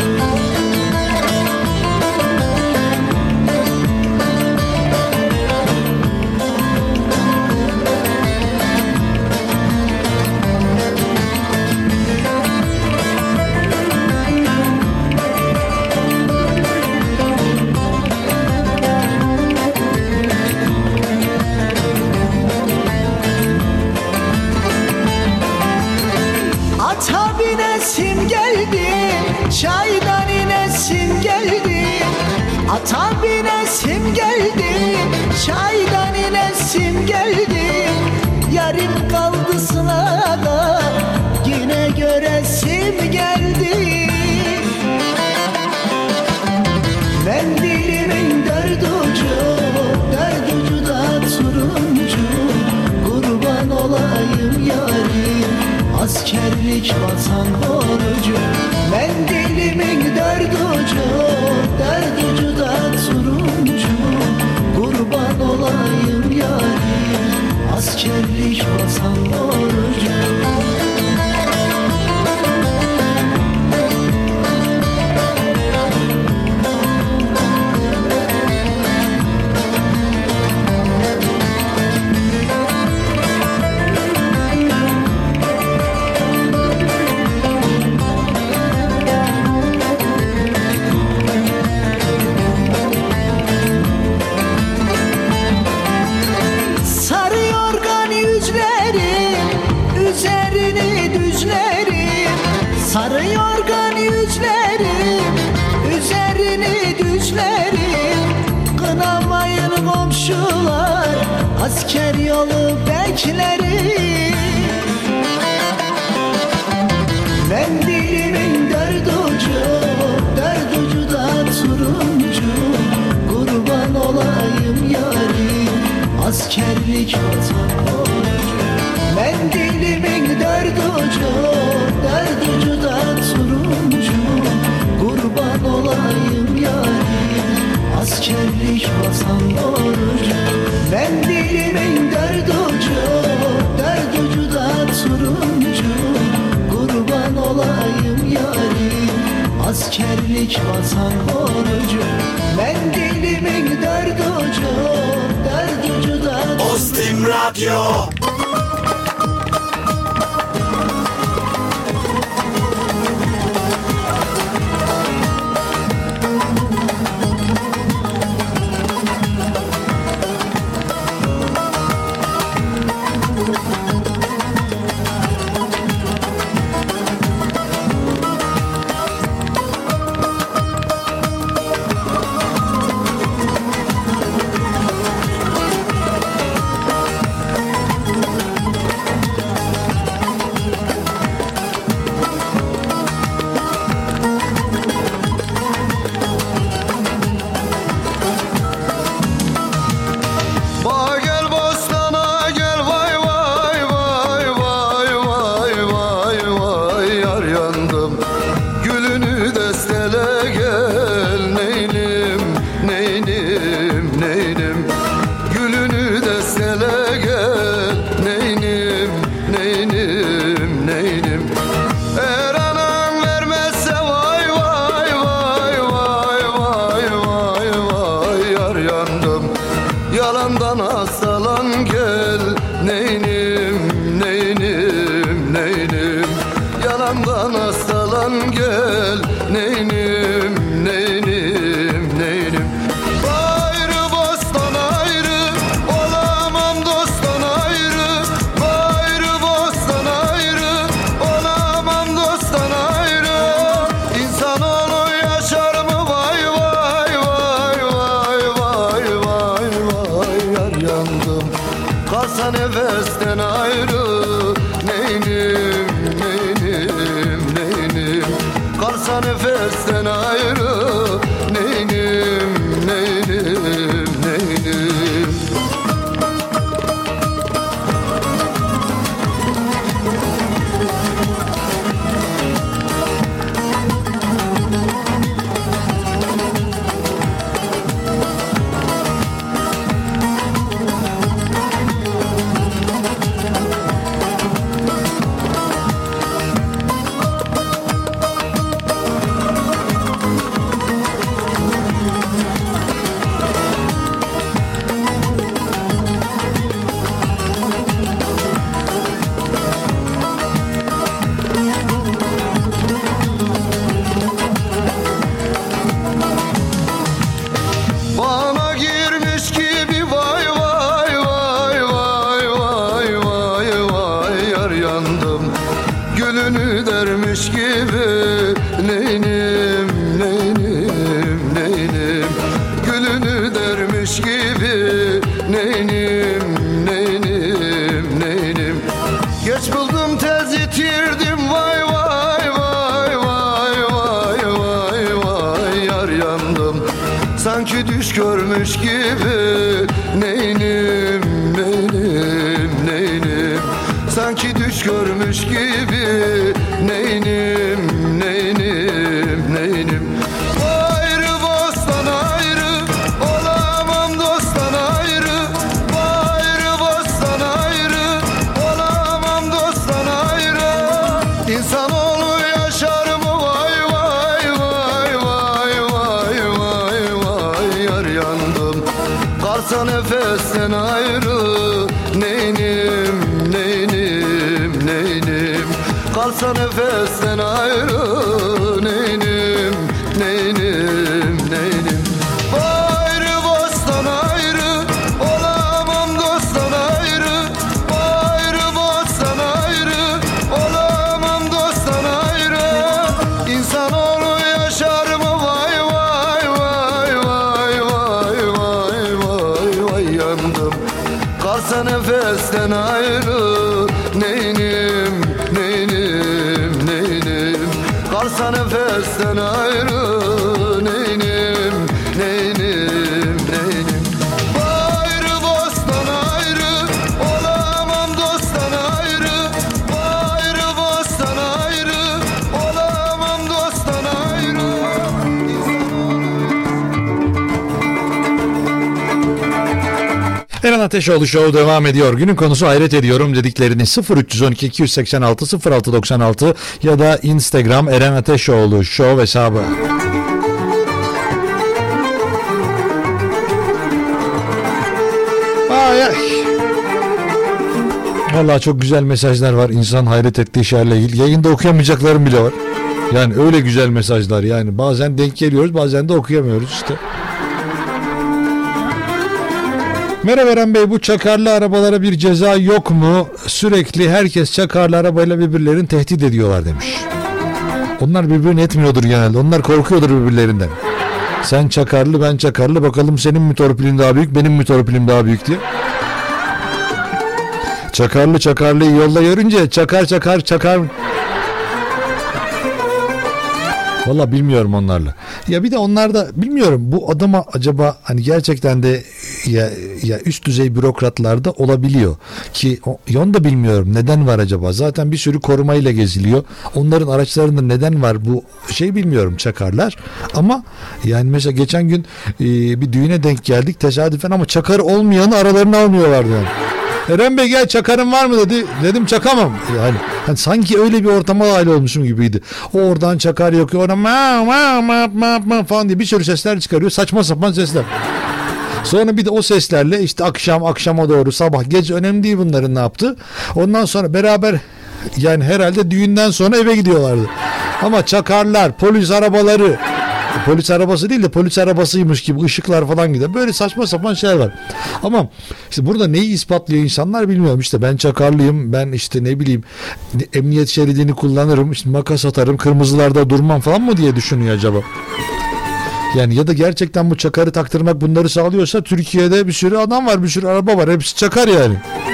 Ata binesim geldi, çaydan inesim geldi. Ata binesim geldi, çaydan inesim geldi. Yarım kaldı sınavda, yine göresim geldi. Mendilimin dert ucu da turuncu. Kurban olayım yarim, askerlik vatan orucu. Mendilimin dert ucu da turuncu. Kurban olayım yarim, askerlik vatan orucu. Sarı yorgan yüzlerim, üzerini düzlerim. Sarı yorgan yüzlerim, üzerini düzlerim. Kınamayın komşular, asker yolu beklerim. Mendilimin dert ucu da turuncu. Kurban olayım yarim, askerlik vatan orucu. Mendilimin dert ucu da turuncu. Kurban olayım yarim, askerlik vatan orucu. Mendilimin dert ucu da turuncu. Kurban olayım yarim, askerlik vatan orucu. Mendilimin dert ucu da Ostim Radyo. Yalandan hastalan gel neynim neynim neynim. Yalandan hastalan gel neynim neynim neynim. Ayrı bostan ayrı olamam dosttan ayrı. Ayrı bostan ayrı olamam dosttan ayrı. İnsanoğlu yaşar mı vay vay vay vay vay vay vay. Yar yandım kalsa nefesten ayrı. Neynim, neynim, neynim, kalsa nefesten ayrı. Neynim, neynim, neynim. Bana girmiş gibi vay vay vay vay vay vay vay yar yandım. Gülünü dermiş gibi neynim, neynim, neynim, gülünü dermiş gibi neynim, neynim, neynim. Geç buldum tez yitirdim vay vay vay vay vay vay vay yar yandım. Sanki düş görmüş gibi neynim, neynim, neynim, sanki düş görmüş gibi neynim, neynim, neynim. Ayrı bostan ayrı, olamam dosttan ayrı. Ayrı bostan ayrı, olamam dosttan ayrı. İnsanoğlu yaşar mı vay vay vay vay vay vay vay yar yandım. Kalsa nefesten ayrı. Neynim, neynim, neynim, kalsa nefesten ayrı. Neynim, neynim, neynim. Ayrı bostan ayrı, olamam dosttan ayrı. Ayrı bostan ayrı, olamam dosttan ayrı. İnsanoğlu yaşar mı vay vay vay vay vay vay vay vay yandım. Kalsa nefesten ayrı. Neynim, neynim, neynim, kalsa nefesten ayrı. Neynim, neynim, neynim. Ayrı bostan ayrı, olamam dosttan ayrı. Ayrı bostan ayrı, olamam dosttan ayrı. Eren Ateşoğlu Show devam ediyor. Günün konusu hayret ediyorum dediklerini 0312 286 0696 ya da Instagram Eren Ateşoğlu Show hesabı. Ay ay. Vallahi çok güzel mesajlar var. İnsan hayret ettiği şeylerle ilgili. Yayında okuyamayacaklarım bile var. Yani öyle güzel mesajlar. Yani bazen denk geliyoruz, bazen de okuyamıyoruz işte. Merhaba Eren Bey, bu çakarlı arabalara bir ceza yok mu? Sürekli herkes çakarlı arabayla birbirlerini tehdit ediyorlar demiş. Onlar birbirini etmiyordur genelde. Onlar korkuyordur birbirlerinden. Sen çakarlı, ben çakarlı. Bakalım senin mi torpilin daha büyük, benim mi torpilim daha büyük diye. Çakarlı çakarlıyı yolda görünce çakar çakar çakar. Valla bilmiyorum onlarla. Ya bir de onlar da bilmiyorum bu adama acaba hani gerçekten de ya üst düzey bürokratlarda olabiliyor ki onu da bilmiyorum neden var acaba. Zaten bir sürü korumayla geziliyor. Onların araçlarında neden var bu şey bilmiyorum çakarlar. Ama yani mesela geçen gün bir düğüne denk geldik tesadüfen ama çakar olmayanı aralarına almıyorlardı yani. Eren Bey gel çakarın var mı dedi. Dedim çakamam. Yani hani sanki öyle bir ortama dahil olmuşum gibiydi. O oradan çakar yakıyor. Ona ma falan diye bir sürü sesler çıkarıyor. Saçma sapan sesler. Sonra bir de o seslerle işte akşama doğru sabah gece önemli değil bunların ne yaptı. Ondan sonra beraber yani herhalde düğünden sonra eve gidiyorlardı. Ama çakarlar, polis arabaları, polis arabası değil de polis arabasıymış gibi ışıklar falan gider. Böyle saçma sapan şeyler var. Ama işte burada neyi ispatlıyor insanlar bilmiyorum. İşte ben çakarlıyım. Ben işte ne bileyim emniyet şeridini kullanırım. İşte makas atarım. Kırmızılarda durmam falan mı diye düşünüyor acaba? Yani ya da gerçekten bu çakarı taktırmak bunları sağlıyorsa Türkiye'de bir sürü adam var. Bir sürü araba var. Hepsi çakar yani.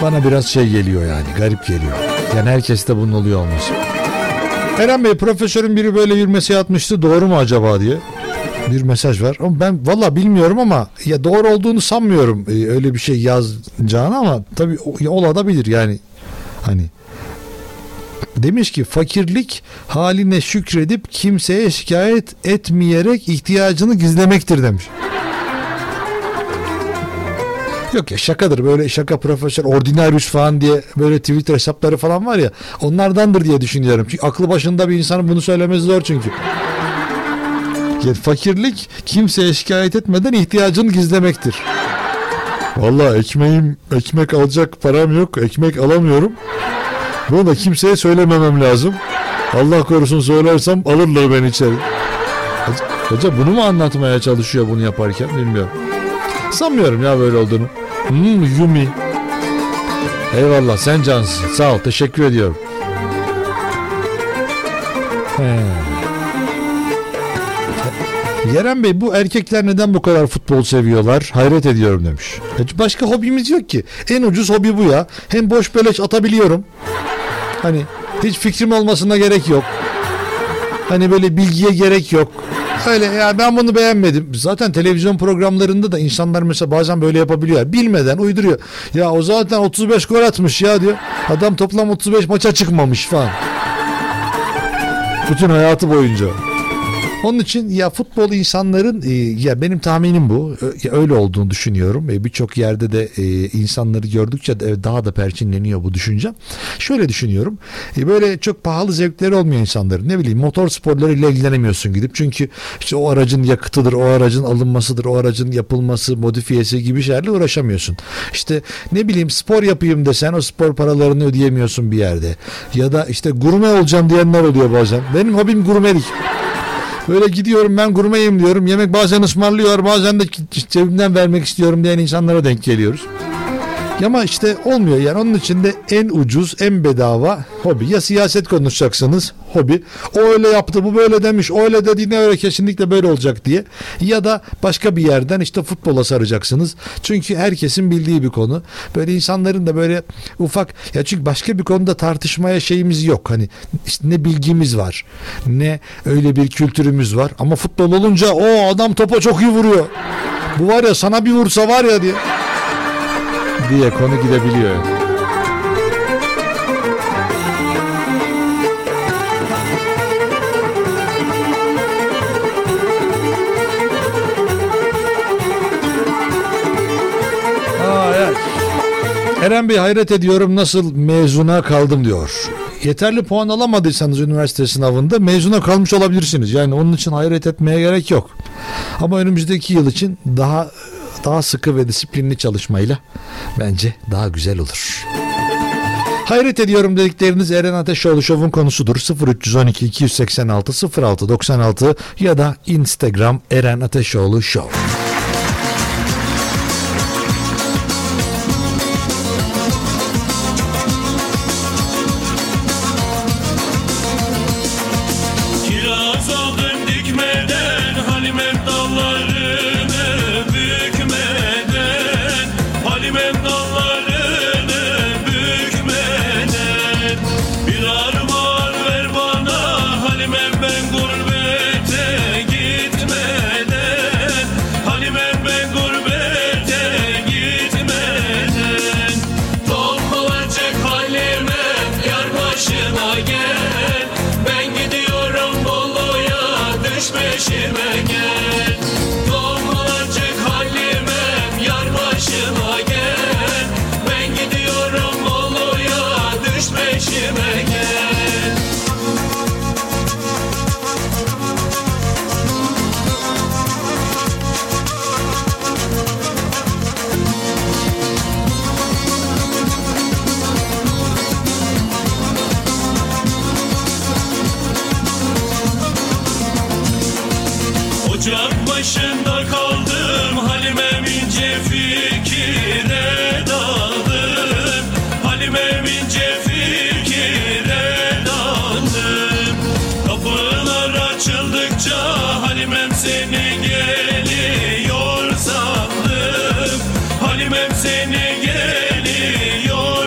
bana biraz şey geliyor yani, garip geliyor. Yani herkeste bunun oluyor olması. Eren Bey, profesörün biri böyle bir mesaj atmıştı, doğru mu acaba diye bir mesaj var. Ama ben valla bilmiyorum ama ya doğru olduğunu sanmıyorum öyle bir şey yazacağını, ama tabii olabilir yani. Hani demiş ki fakirlik haline şükredip kimseye şikayet etmeyerek ihtiyacını gizlemektir demiş. Yok ya, şakadır, böyle şaka, profesör ordinarius falan diye böyle Twitter hesapları falan var ya, onlardandır diye düşünüyorum. Çünkü aklı başında bir insanın bunu söylemesi zor çünkü. Yani fakirlik kimseye şikayet etmeden ihtiyacını gizlemektir. Vallahi ekmek alacak param yok, ekmek alamıyorum. Bunu da kimseye söylememem lazım. Allah korusun söylersem alırlar beni içeri. Hoca bunu mu anlatmaya çalışıyor bunu yaparken, bilmiyorum. Sanmıyorum ya böyle olduğunu. Yumi. Eyvallah, sen cansın. Sağ ol, teşekkür ediyorum. Yeren Bey, bu erkekler neden bu kadar futbol seviyorlar? Hayret ediyorum demiş. Başka hobimiz yok ki. En ucuz hobi bu ya. Hem boş beleş atabiliyorum. Hani hiç fikrim olmasına gerek yok. Hani böyle bilgiye gerek yok. Öyle ya, ben bunu beğenmedim. Zaten televizyon programlarında da insanlar mesela bazen böyle yapabiliyor. Bilmeden uyduruyor. Ya o zaten 35 gol atmış ya diyor. Adam toplam 35 maça çıkmamış falan. Bütün hayatı boyunca. Onun için ya futbol insanların ya benim tahminim bu, öyle olduğunu düşünüyorum. Birçok yerde de insanları gördükçe daha da perçinleniyor bu düşünce. Şöyle düşünüyorum. Böyle çok pahalı zevkleri olmuyor insanların. Ne bileyim, motor sporlarıyla ilgilenemiyorsun gidip. Çünkü işte o aracın yakıtıdır, o aracın alınmasıdır, o aracın yapılması, modifiyesi gibi şeylerle uğraşamıyorsun. İşte ne bileyim, spor yapayım desen o spor paralarını ödeyemiyorsun bir yerde. Ya da işte gurme olacağım diyenler oluyor bazen. Benim hobim gurmelik. Böyle gidiyorum, ben gurmeyim diyorum. Yemek bazen ısmarlıyor, bazen de cebimden vermek istiyorum diyen insanlara denk geliyoruz. Ama işte olmuyor yani. Onun için de en ucuz, en bedava hobi. Ya siyaset konuşacaksınız, hobi. O öyle yaptı, bu böyle demiş, o öyle dediğine öyle kesinlikle böyle olacak diye. Ya da başka bir yerden işte futbola saracaksınız. Çünkü herkesin bildiği bir konu. Böyle insanların da böyle ufak, ya çünkü başka bir konuda tartışmaya şeyimiz yok. Hani işte ne bilgimiz var, ne öyle bir kültürümüz var. Ama futbol olunca o adam topa çok iyi vuruyor. Bu var ya, sana bir vursa var ya diye konu gidebiliyor. Evet. Eren Bey, hayret ediyorum nasıl mezuna kaldım diyor. Yeterli puan alamadıysanız üniversite sınavında mezuna kalmış olabilirsiniz. Yani onun için hayret etmeye gerek yok. Ama önümüzdeki yıl için daha sıkı ve disiplinli çalışmayla bence daha güzel olur. Hayret ediyorum dedikleriniz Eren Ateşoğlu Show'un konusudur. 0312 286 06 96 ya da Instagram Eren Ateşoğlu Show. Ocak başında kaldım, Halimem ince fikire daldım. Halimem ince fikire daldım. Kapılar açıldıkça Halimem seni geliyor sandım. Halimem seni geliyor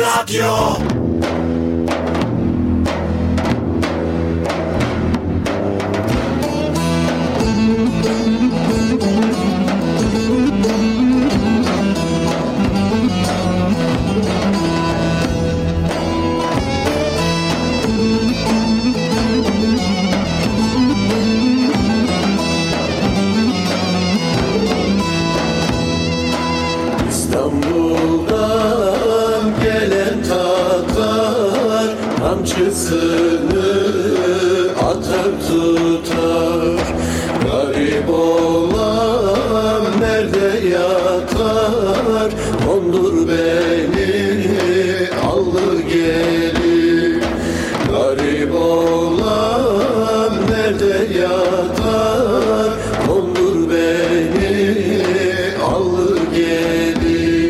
Radyo. Kamçısını atar tutar, garip olan nerede yatar, kondur beni allı gelir. Garip olan nerede yatar, kondur beni allı gelir.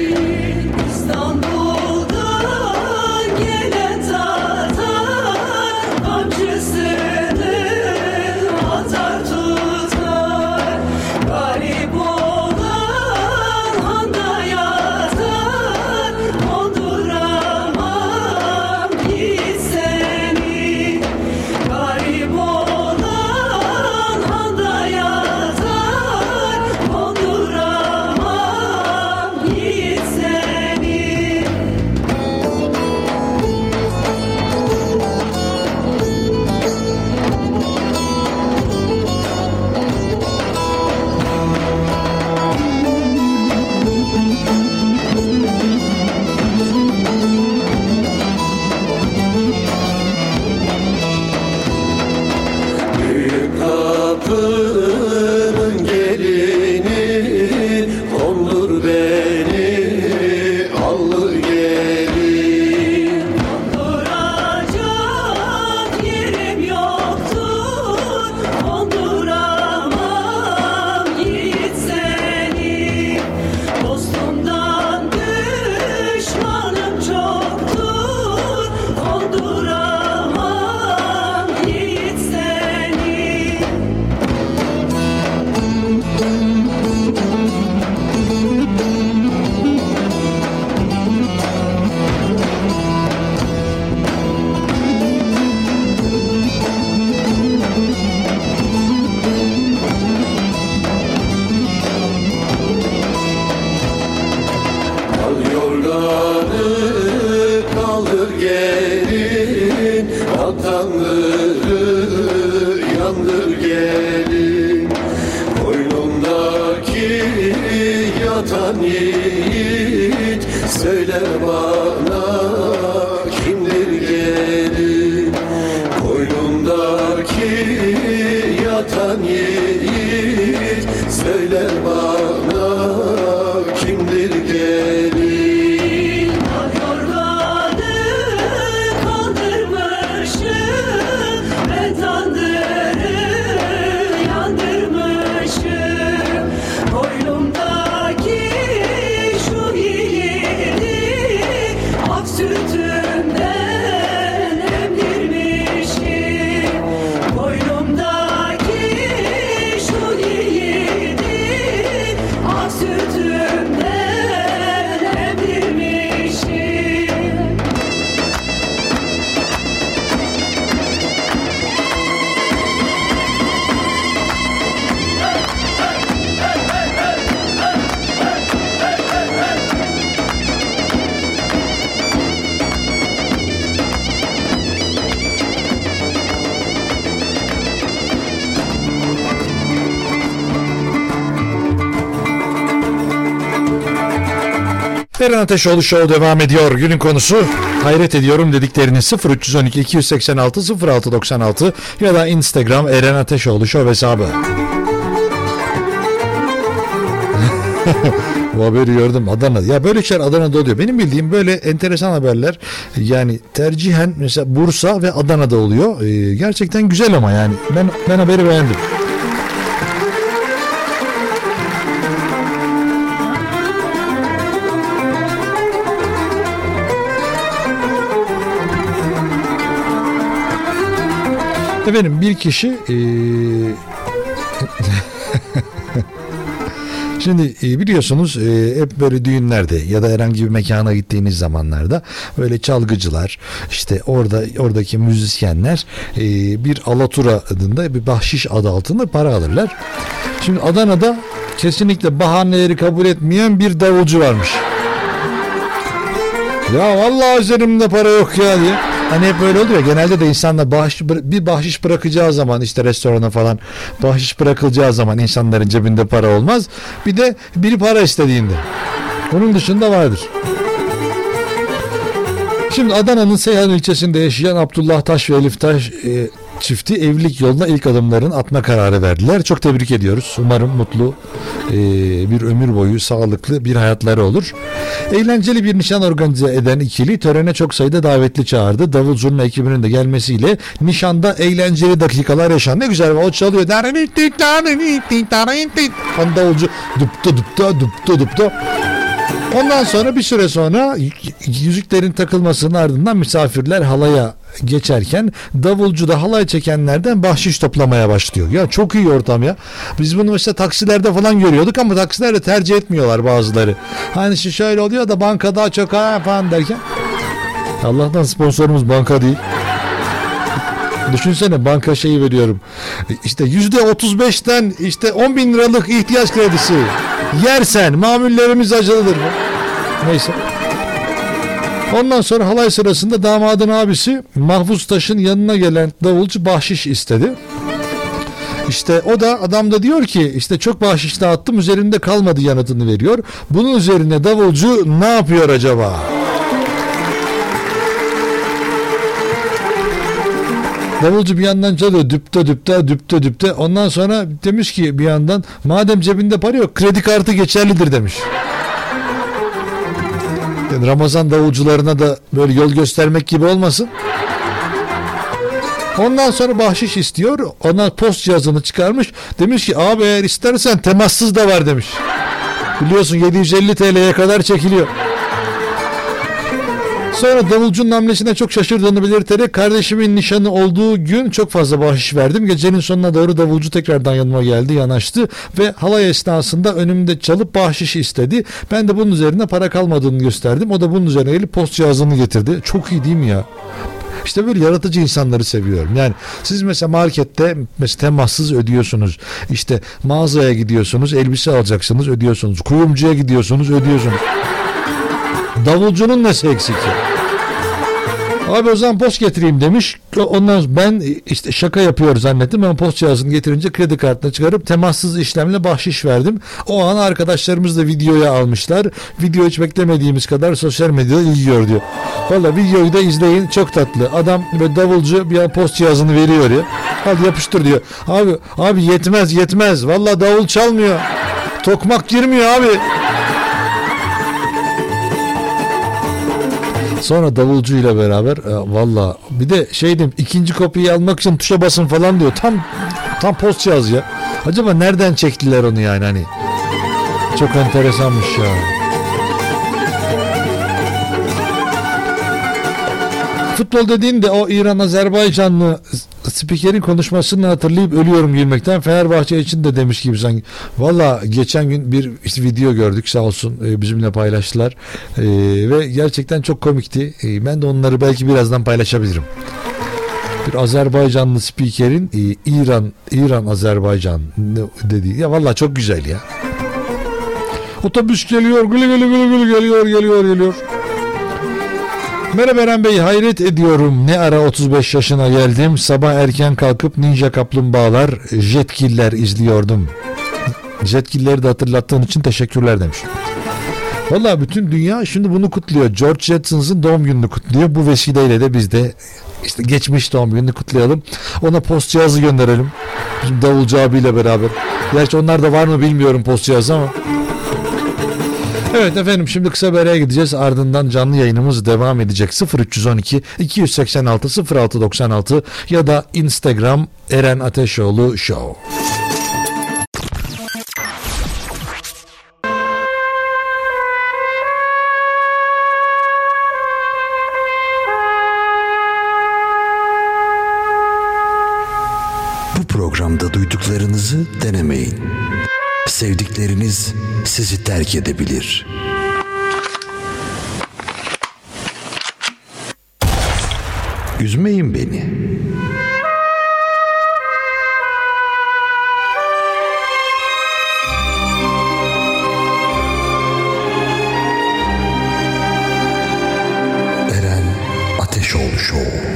Eren Ateşoğlu Show devam ediyor. Günün konusu hayret ediyorum dediklerini 0312 286 0696 ya da Instagram Eren Ateşoğlu Show hesabı. Bu haberi gördüm, Adana. Ya böyle şeyler Adana'da oluyor. Benim bildiğim böyle enteresan haberler yani tercihen mesela Bursa ve Adana'da oluyor. Gerçekten güzel ama yani ben haberi beğendim. Efendim bir kişi Şimdi biliyorsunuz hep böyle düğünlerde ya da herhangi bir mekana gittiğiniz zamanlarda böyle çalgıcılar, işte oradaki müzisyenler bir alatura adında, bir bahşiş adı altında para alırlar. Şimdi Adana'da kesinlikle bahaneleri kabul etmeyen bir davulcu varmış. Ya vallahi üzerimde para yok ya diye. Hani hep böyle oluyor. Genelde de insanlar bir bahşiş bırakacağı zaman, işte restorana falan bahşiş bırakılacağı zaman insanların cebinde para olmaz. Bir de biri para istediğinde. Onun dışında vardır. Şimdi Adana'nın Seyhan ilçesinde yaşayan Abdullah Taş ve Elif Taş çifti evlilik yoluna ilk adımlarını atma kararı verdiler. Çok tebrik ediyoruz. Umarım mutlu bir ömür boyu sağlıklı bir hayatları olur. Eğlenceli bir nişan organize eden ikili törene çok sayıda davetli çağırdı. Davulcunun ekibinin de gelmesiyle nişanda eğlenceli dakikalar yaşandı. Ne güzel, o çalıyor. Davulcu dupta. Ondan sonra bir süre sonra yüzüklerin takılmasının ardından misafirler halaya geçerken davulcu da halay çekenlerden bahşiş toplamaya başlıyor. Ya çok iyi ortam ya. Biz bunu mesela taksilerde falan görüyorduk ama taksilerde tercih etmiyorlar bazıları. Hani şöyle oluyor da banka daha çok falan derken. Allah'tan sponsorumuz banka değil. Düşünsene, banka şeyi veriyorum. İşte %35'ten işte 10.000 liralık ihtiyaç kredisi. Yersen mamullerimiz acılıdır. Neyse. Ondan sonra halay sırasında damadın abisi Mahfuz Taş'ın yanına gelen davulcu bahşiş istedi. İşte o da, adam da diyor ki işte çok bahşiş dağıttım, üzerimde kalmadı yanıtını veriyor. Bunun üzerine davulcu ne yapıyor acaba? Davulcu bir yandan çalıyor düpte. Ondan sonra demiş ki bir yandan, madem cebinde para yok kredi kartı geçerlidir demiş. Yani Ramazan davulcularına da böyle yol göstermek gibi olmasın. Ondan sonra bahşiş istiyor. Ona post cihazını çıkarmış. Demiş ki abi eğer istersen temassız da var demiş. Biliyorsun 750 TL'ye kadar çekiliyor. Sonra davulcunun hamlesine çok şaşırdığını belirterek, kardeşimin nişanı olduğu gün çok fazla bahşiş verdim. Gecenin sonuna doğru davulcu tekrardan yanıma geldi, yanaştı ve halay esnasında önümde çalıp bahşiş istedi. Ben de bunun üzerine para kalmadığını gösterdim. O da bunun üzerine gelip post cihazını getirdi. Çok iyi değil mi ya? İşte böyle yaratıcı insanları seviyorum. Yani siz mesela markette mesela temassız ödüyorsunuz. İşte mağazaya gidiyorsunuz, elbise alacaksınız, ödüyorsunuz. Kuyumcuya gidiyorsunuz, ödüyorsunuz. Davulcunun nesi eksik ya? Abi o zaman post getireyim demiş. Ondan sonra ben işte şaka yapıyor zannettim. Ben post cihazını getirince kredi kartını çıkarıp temassız işlemle bahşiş verdim. O an arkadaşlarımız da videoya almışlar. Video hiç beklemediğimiz kadar sosyal medyada ilgi gördü. Valla videoyu da izleyin, çok tatlı. Adam böyle davulcu bir an post cihazını veriyor ya. Hadi yapıştır diyor. Abi yetmez. Valla davul çalmıyor. Tokmak girmiyor abi. Sonra davulcuyla beraber valla bir de şeydim, ikinci kopyayı almak için tuşa basın falan diyor. Tam post cihaz ya. Acaba nereden çektiler onu yani, hani? Çok enteresanmış ya. Futbol dediğinde o İran-Azerbaycanlı spikerin konuşmasını hatırlayıp ölüyorum gülmekten. Fenerbahçe için de demiş gibi sanki. Valla geçen gün bir işte video gördük, sağ olsun bizimle paylaştılar. Ve gerçekten çok komikti. Ben de onları belki birazdan paylaşabilirim. Bir Azerbaycanlı spikerin İran-Azerbaycan dediği. Ya valla çok güzel ya. Otobüs geliyor, geliyor. Merhaba Eren Bey, hayret ediyorum. Ne ara 35 yaşına geldim. Sabah erken kalkıp Ninja Kaplumbağalar, Jetgiller izliyordum. Jetgilleri de hatırlattığın için teşekkürler demiş. Valla bütün dünya şimdi bunu kutluyor. George Jetson'ın doğum gününü kutluyor. Bu vesileyle de biz de işte geçmiş doğum gününü kutlayalım. Ona post cihazı gönderelim. Bizim davulcu abiyle beraber. Gerçi onlar da var mı bilmiyorum post cihazı ama. Evet efendim, şimdi kısa bir araya gideceğiz, ardından canlı yayınımız devam edecek. 0312 286 0696 ya da Instagram Eren Ateşoğlu Show. Bu programda duyduklarınızı denemeyin. Sevdikleriniz sizi terk edebilir. Üzmeyin beni. Eren Ateşoğlu Show.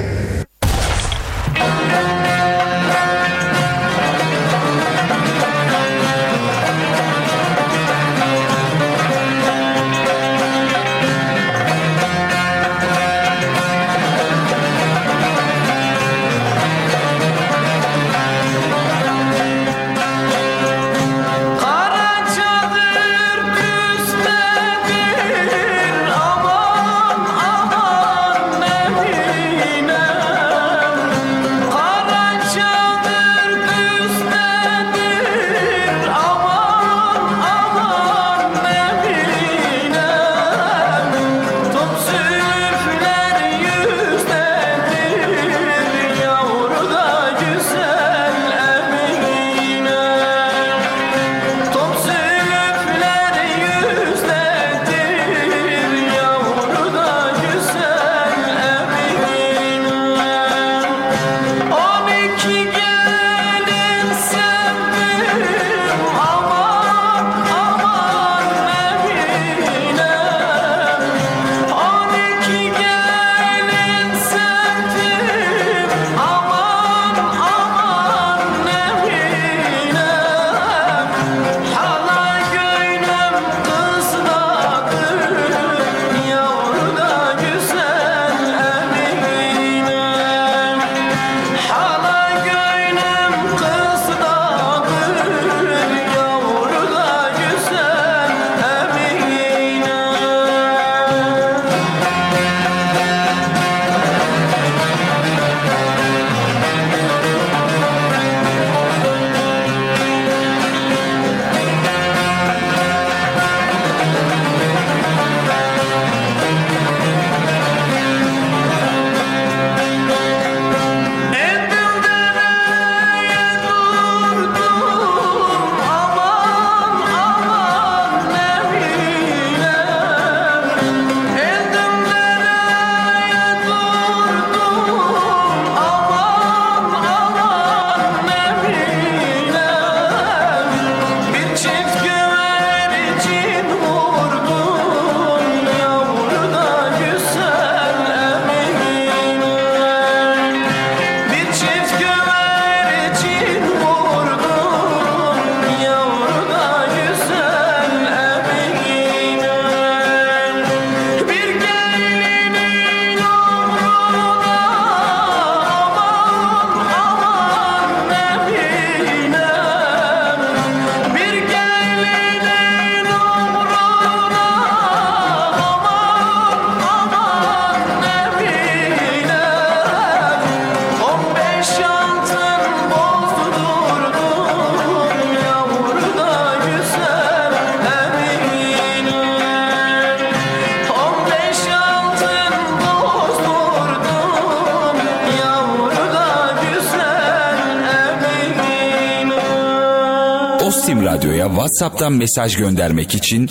Ostim Radyo'ya WhatsApp'tan mesaj göndermek için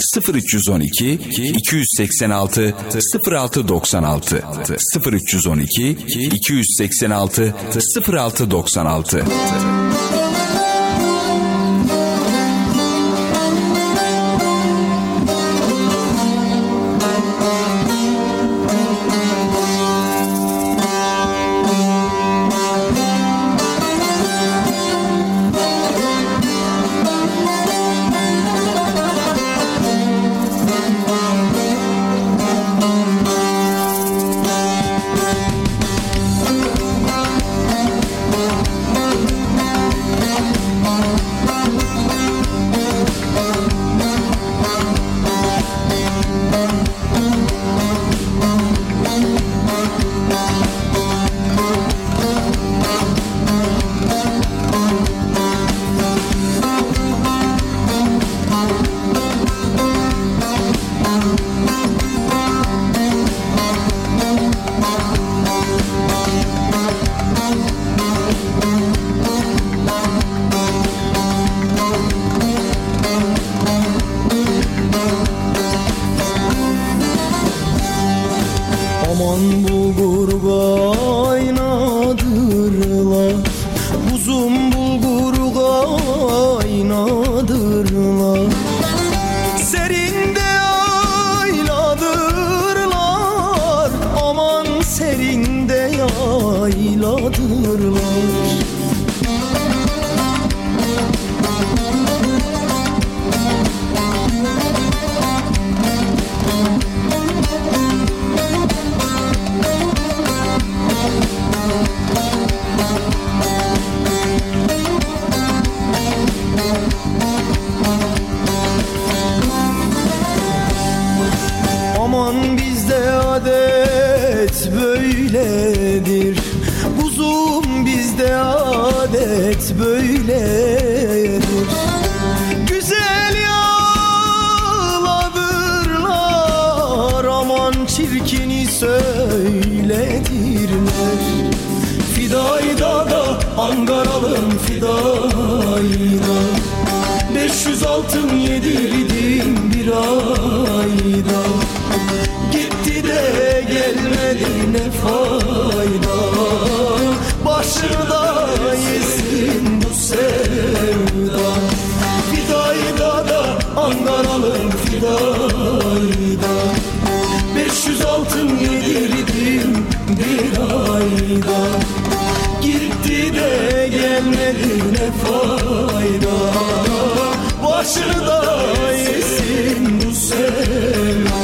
0312 286 0696 0312 286 0696. elbet böyledir. Güzel yağladırlar, aman çirkini söyledirler. Fidayda da Ankaralım fidayda, 500 altın yedirdim bir ayda. Gitti de gelmedi ne fayda, başını da yesin bu sevda. Fidayda da Ankaralım fidayda, 500 altın yedirdim bir ayda. Gitti de gelmedi ne fayda, başını da yesin bu sevda.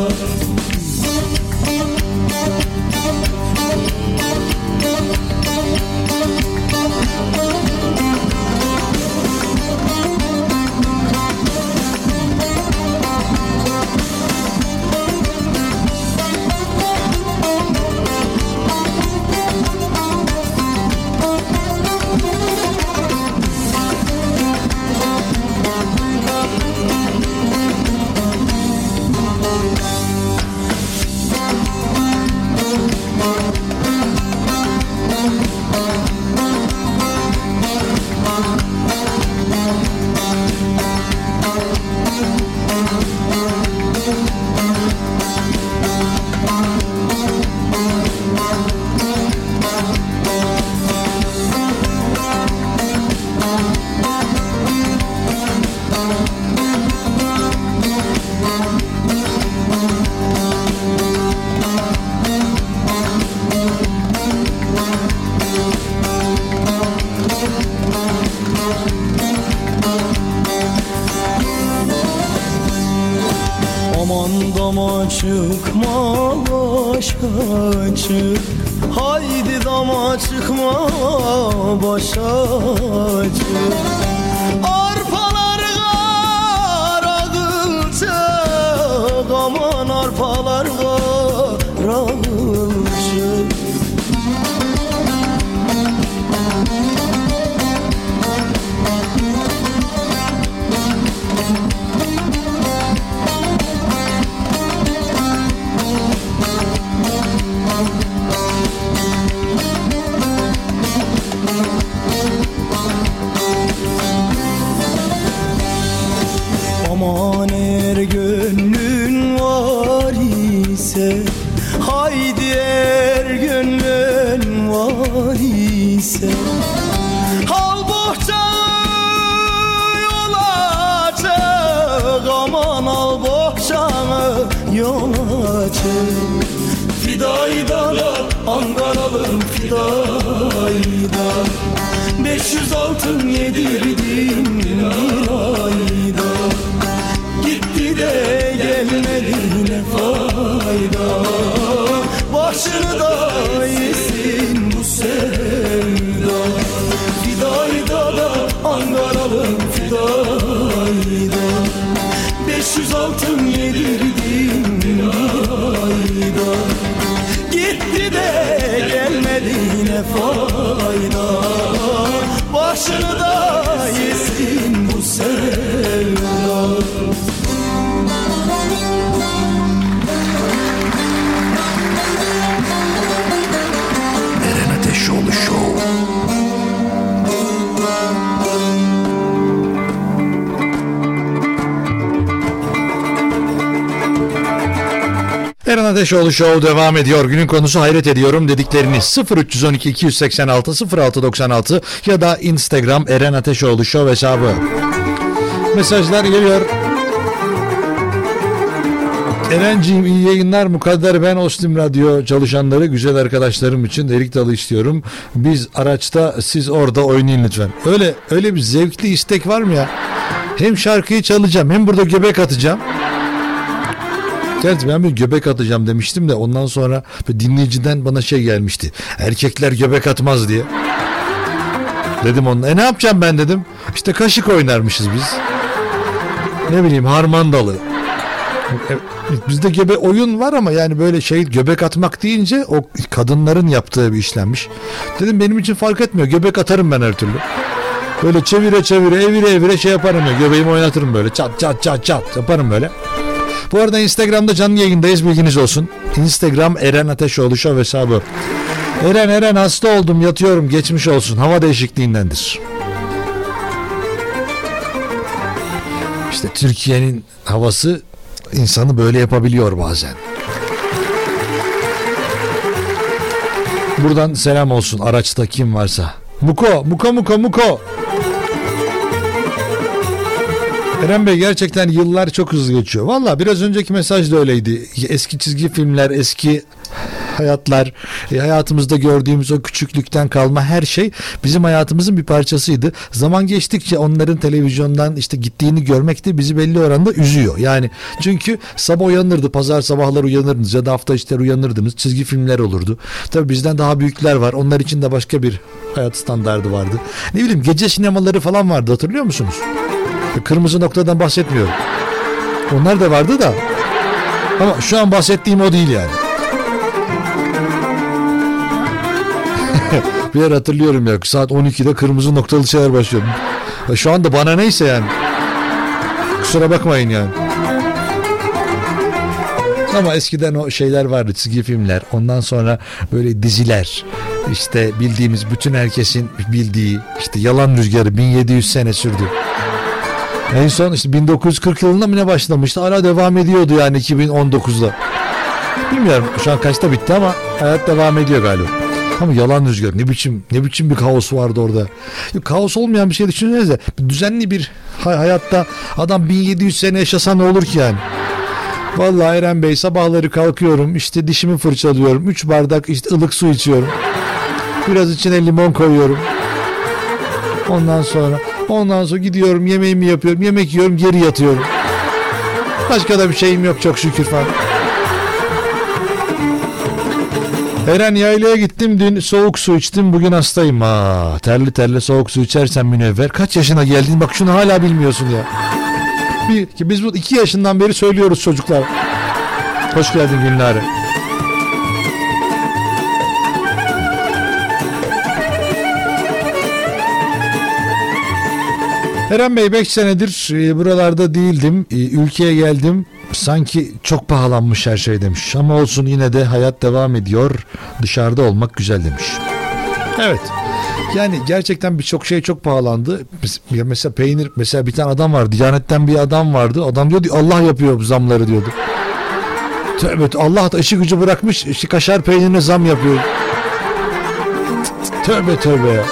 Çıkma başa çık, haydi dama çıkma başa çık. Arpalar karagılacak, aman arpalar karagılacak. Aman er gönlün var ise, haydi er gönlün var ise, al bohçanı yola çek, aman al bohçanı yola çek. Fidayda da Ankaralım fidayda, 500 altın yedirdim bir ayda. Gitti de gelmedi ne fayda, başını da yesin bu sevda. Fidayda da Ankaralım fidayda, 500 altın yedirdim bir ayda. Gitti de gelmedi ne fayda, başını da yesin bu sevda. Eren Ateşoğlu Show. Eren Ateşoğlu Show devam ediyor. Günün konusu hayret ediyorum dediklerini 0312 286 0696 ya da Instagram Eren Ateşoğlu Show hesabı. Mesajlar geliyor. Erenciğim iyi yayınlar, mukadder ben Ostim Radyo çalışanları güzel arkadaşlarım için Erik Dalı istiyorum. Biz araçta, siz orada oynayın lütfen. Öyle bir zevkli istek var mı ya? Hem şarkıyı çalacağım hem burada göbek atacağım. Gerçi ben bir göbek atacağım demiştim de ondan sonra dinleyiciden bana şey gelmişti. Erkekler göbek atmaz diye. Dedim onunla. Ne yapacağım ben dedim. İşte kaşık oynarmışız biz. Ne bileyim harmandalı. Bizde oyun var ama yani böyle şey göbek atmak deyince o kadınların yaptığı bir işlenmiş. Dedim benim için fark etmiyor. Göbek atarım ben her türlü. Böyle çevire evire şey yaparım ya. Göbeğimi oynatırım böyle. Çat yaparım böyle. Bu arada Instagram'da canlı yayındayız, bilginiz olsun. Instagram Eren Ateşoğlu Show hesabı. Eren hasta oldum, yatıyorum, geçmiş olsun. Hava değişikliğindendir. İşte Türkiye'nin havası insanı böyle yapabiliyor bazen. Buradan selam olsun araçta kim varsa. Muko. Eren Bey, gerçekten yıllar çok hızlı geçiyor. Valla biraz önceki mesaj da öyleydi. Eski çizgi filmler, eski hayatlar, hayatımızda gördüğümüz o küçüklükten kalma her şey bizim hayatımızın bir parçasıydı. Zaman geçtikçe onların televizyondan işte gittiğini görmek de bizi belli oranda üzüyor. Yani çünkü sabah uyanırdı, pazar sabahlar uyanırdınız ya da hafta içleri uyanırdınız, çizgi filmler olurdu. Tabii bizden daha büyükler var. Onlar için de başka bir hayat standardı vardı. Ne bileyim, gece sinemaları falan vardı, hatırlıyor musunuz? Kırmızı Nokta'dan bahsetmiyorum. Onlar da vardı da. Ama şu an bahsettiğim o değil yani. Bir yer hatırlıyorum ya, saat 12'de Kırmızı Noktalı şeyler başlıyor. Şu anda bana neyse yani. Kusura bakmayın yani. Ama eskiden o şeyler vardı, çizgi filmler. Ondan sonra böyle diziler. İşte bildiğimiz, bütün herkesin bildiği işte Yalan Rüzgarı 1700 sene sürdü. En son işte 1940 yılında mı ne başlamıştı? Hala devam ediyordu yani 2019'da. Bilmiyorum şu an kaçta bitti ama hayat devam ediyor galiba. Ama Yalan Rüzgarı ne biçim bir kaos vardı orada. Kaos olmayan bir şey düşünsenize. Düzenli bir hayatta adam 1700 sene yaşasa ne olur ki yani? Vallahi Eren Bey, sabahları kalkıyorum, işte dişimi fırçalıyorum, 3 bardak işte ılık su içiyorum. Biraz içine limon koyuyorum. Ondan sonra gidiyorum, yemeğimi yapıyorum, yemek yiyorum, geri yatıyorum. Başka da bir şeyim yok çok şükür falan. Eren, yaylaya gittim dün, soğuk su içtim, bugün hastayım. Terli soğuk su içersen münevver. Kaç yaşına geldin, bak şunu hala bilmiyorsun ya. Biz bu 2 yaşından beri söylüyoruz çocuklar. Hoş geldin Gülnare. Eren Bey, 5 senedir buralarda değildim. Ülkeye geldim. Sanki çok pahalanmış her şey demiş. Ama olsun, yine de hayat devam ediyor. Dışarıda olmak güzel demiş. Evet. Yani gerçekten birçok şey çok pahalandı. Mesela peynir, mesela bir tane adam vardı. Diyanetten bir adam vardı. Adam diyordu Allah yapıyor bu zamları diyordu. Tövbe, Allah da işi gücü bırakmış, işte kaşar peynirine zam yapıyor. Tövbe ya.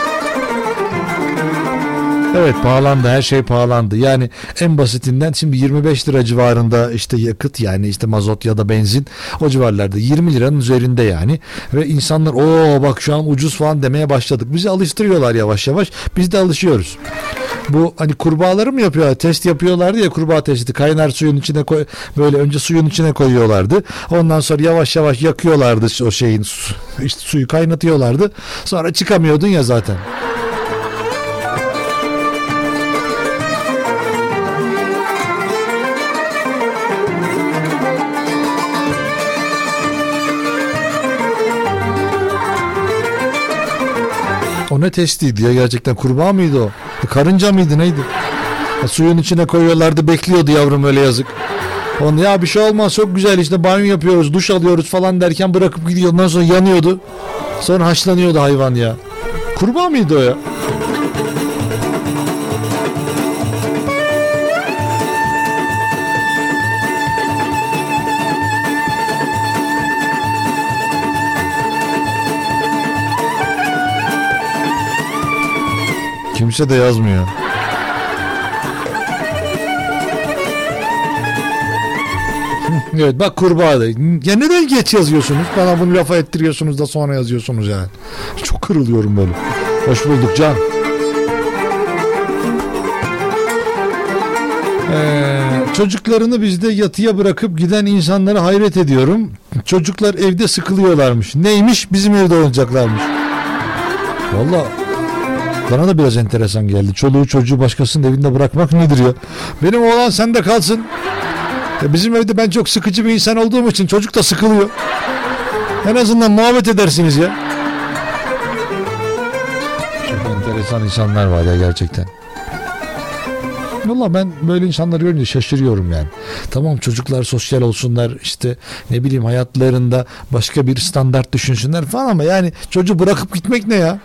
Evet, pahalandı, her şey pahalandı. Yani en basitinden şimdi 25 lira civarında işte yakıt, yani işte mazot ya da benzin o civarlarda, 20 liranın üzerinde yani. Ve insanlar bak şu an ucuz falan demeye başladık. Bizi alıştırıyorlar yavaş yavaş, biz de alışıyoruz. Bu hani kurbağaları mı yapıyorlar? Test yapıyorlardı ya, kurbağa testi. Kaynar suyun içine böyle önce suyun içine koyuyorlardı. Ondan sonra yavaş yavaş yakıyorlardı o şeyin, işte suyu kaynatıyorlardı. Sonra çıkamıyordun ya zaten. O ne testiydi ya, gerçekten kurbağa mıydı o? Karınca mıydı, neydi? Suyun içine koyuyorlardı, bekliyordu yavrum, öyle yazık. Ya bir şey olmaz, çok güzel işte banyo yapıyoruz, duş alıyoruz falan derken bırakıp gidiyor. Ondan sonra yanıyordu. Sonra haşlanıyordu hayvan ya. Kurbağa mıydı o ya? Kimse de yazmıyor. Evet, bak kurbağa da. Ya neden geç yazıyorsunuz? Bana bunu lafa ettiriyorsunuz da sonra yazıyorsunuz yani. Çok kırılıyorum böyle. Hoş bulduk Can. Çocuklarını bizde yatıya bırakıp giden insanlara hayret ediyorum. Çocuklar evde sıkılıyorlarmış. Neymiş? Bizim evde olacaklarmış. Vallahi bana da biraz enteresan geldi. Çoluğu çocuğu başkasının evinde bırakmak nedir ya? Benim oğlan sende kalsın. Bizim evde ben çok sıkıcı bir insan olduğum için çocuk da sıkılıyor. En azından muhabbet edersiniz ya. Çok enteresan. enteresan insanlar var ya gerçekten. Valla ben böyle insanları görünce şaşırıyorum yani. Tamam, çocuklar sosyal olsunlar, işte ne bileyim hayatlarında başka bir standart düşünsünler falan, ama yani çocuğu bırakıp gitmek ne ya?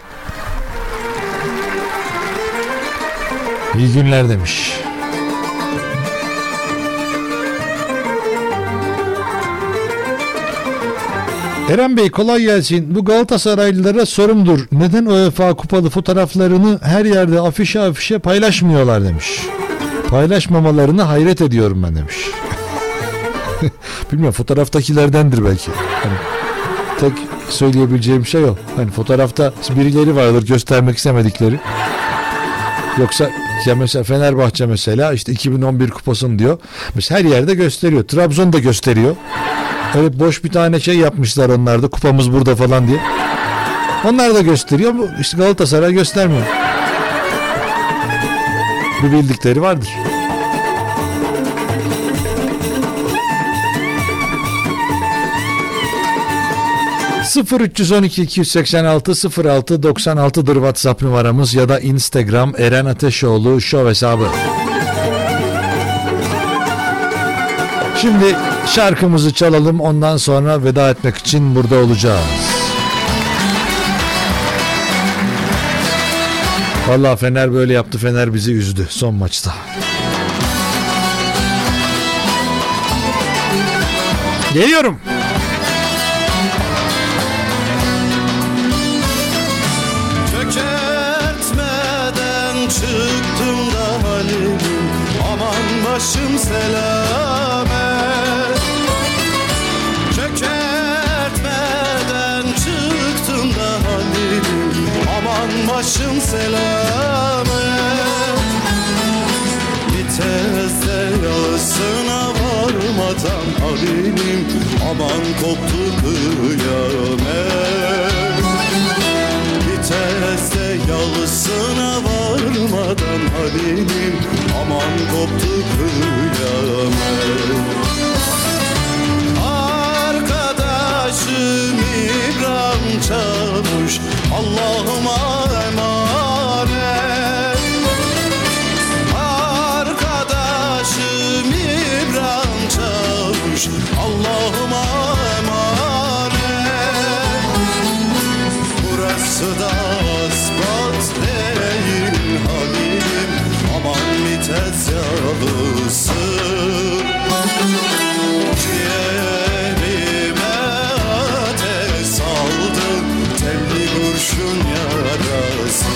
İyi günler demiş. Eren Bey kolay gelsin. Bu Galatasaraylılara sorumdur. Neden UEFA kupalı fotoğraflarını her yerde afişe paylaşmıyorlar demiş. Paylaşmamalarını hayret ediyorum ben demiş. Bilmiyorum, fotoğraftakilerdendir belki. Hani tek söyleyebileceğim şey o. Hani fotoğrafta birileri vardır göstermek istemedikleri. Yoksa ya mesela Fenerbahçe mesela işte 2011 kupasını diyor. Mesela her yerde gösteriyor. Trabzon da gösteriyor. Öyle boş bir tane şey yapmışlar onlar da, kupamız burada falan diye. Onlar da gösteriyor. Bu işte Galatasaray göstermiyor. Bir bildikleri vardır. ...0312 286 06 96'dır WhatsApp numaramız ya da Instagram Eren Ateşoğlu Show hesabı. Şimdi şarkımızı çalalım, ondan sonra veda etmek için burada olacağız. Vallahi Fener böyle yaptı, Fener bizi üzdü son maçta. Geliyorum. Çökertmeden çıktım da halim, aman başım selamet. Çökertmeden çıktım da halim, aman başım selamet. Viteste yağsına varmadan halim, aman koptu kıyamet. Viteste yağsına varmadan halim, aman koptu kıyamet. Arkadaşım İbrahim Çavuş, Allah'ıma emanet. Arkadaşım İbrahim Çavuş, Allah'ıma emanet. Burası da asfalt değil halim, aman vites yağlısı. Ciğerime ateş saldı, telli kurşun yarası.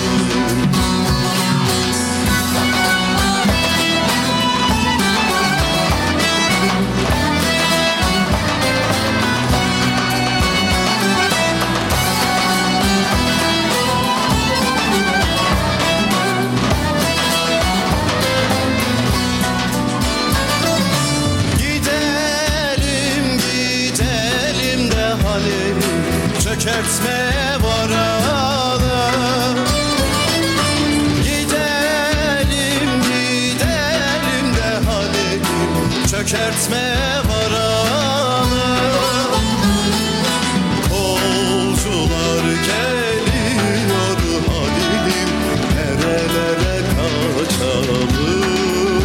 Çökertme varalı. Gidelim de halim, çökertme varalı. Kolcular geliyor halim, nerelere kaçalım.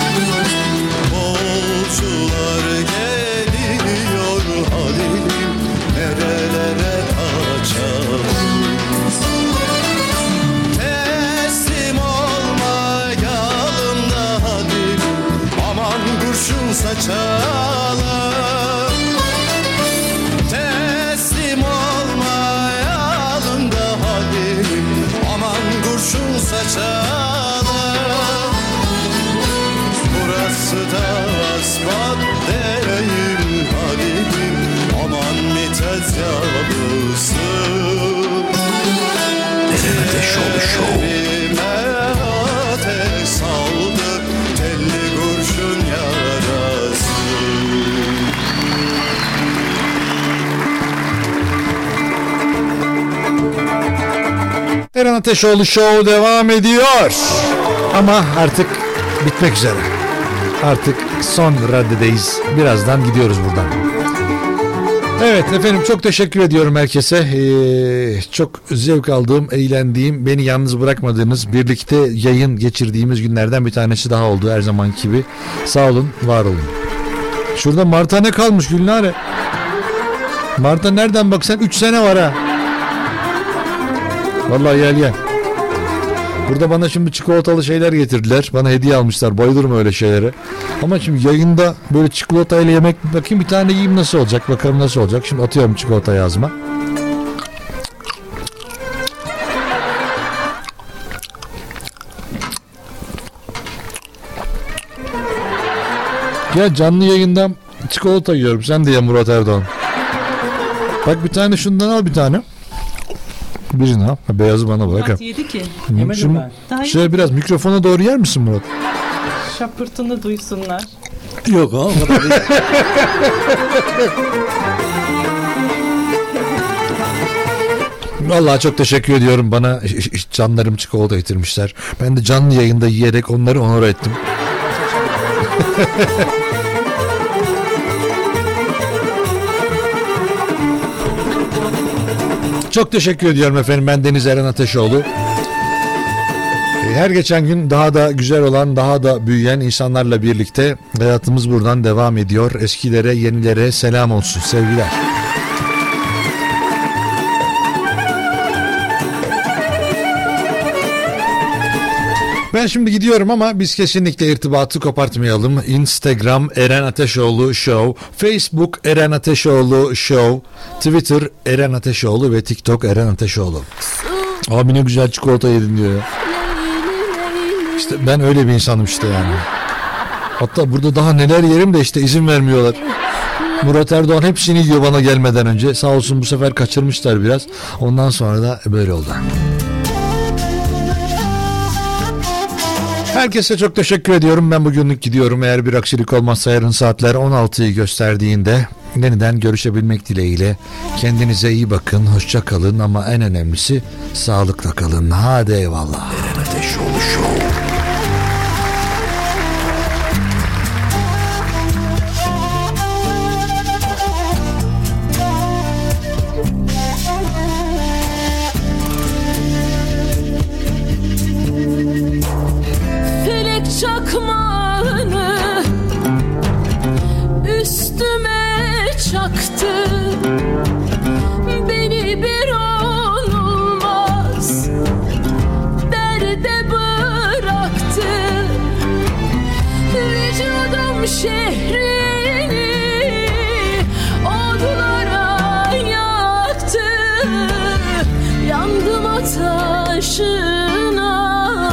Kolcular geliyor halim, nerelere teslim olmayalım da hadi, aman kurşun saçalım. Teslim olmayalım da hadi, aman kurşun saçalım. Burası da asfalt değil halim, aman mitez yağlısı. Eren Ateşoğlu Show. Ateş saldı, telli kurşun yarası. Eren Ateşoğlu Show devam ediyor. Ama artık bitmek üzere. Artık son raddedeyiz. Birazdan gidiyoruz buradan. Evet efendim, çok teşekkür ediyorum herkese. Çok zevk aldığım, eğlendiğim, beni yalnız bırakmadığınız, birlikte yayın geçirdiğimiz günlerden bir tanesi daha oldu her zamanki gibi. Sağ olun, var olun. Şurada Mart'a ne kalmış Gülnare? Mart'a nereden baksan 3 sene var ha. Vallahi gel. Burada bana şimdi çikolatalı şeyler getirdiler. Bana hediye almışlar. Bayılırım öyle şeylere. Ama şimdi yayında böyle çikolatayla yemek, bakayım bir tane yiyeyim nasıl olacak. Bakalım nasıl olacak. Şimdi atıyorum çikolatayı ağzıma. Ya canlı yayında çikolata yiyorum. Sen de ye Murat Erdoğan. Bak bir tane şundan al bir tane. Birini al. Beyazı bana bırak. Murat yedi ki. Şimdi şöyle biraz mikrofona doğru yer misin Murat? Şapırtını duysunlar. Yok o kadar değil. Vallahi çok teşekkür ediyorum. Bana canlarım çikolata getirmişler. Ben de canlı yayında yiyerek onları onur ettim. Çok teşekkür ediyorum efendim. Ben Deniz Eren Ateşoğlu. Her geçen gün daha da güzel olan, daha da büyüyen insanlarla birlikte hayatımız buradan devam ediyor. Eskilere, yenilere selam olsun. Sevgiler. Ben şimdi gidiyorum ama biz kesinlikle irtibatı kopartmayalım. Instagram Eren Ateşoğlu Show, Facebook Eren Ateşoğlu Show, Twitter Eren Ateşoğlu ve TikTok Eren Ateşoğlu. Abi ne güzel çikolata yedin diyor ya. İşte ben öyle bir insanım işte yani. Hatta burada daha neler yerim de işte izin vermiyorlar. Murat Erdoğan hepsini yiyor bana gelmeden önce. Sağ olsun bu sefer kaçırmışlar biraz. Ondan sonra da böyle oldu. Herkese çok teşekkür ediyorum. Ben bugünlük gidiyorum. Eğer bir aksilik olmazsa yarın saatler 16'yı gösterdiğinde yeniden görüşebilmek dileğiyle. Kendinize iyi bakın. Hoşça kalın ama en önemlisi sağlıkla kalın. Hadi eyvallah. Eren Ateşoğlu Show. Çakmağını üstüme çaktı, beni bir olmaz derde bıraktı. Vücudum şehrini odlara yaktı, yandım ateşine.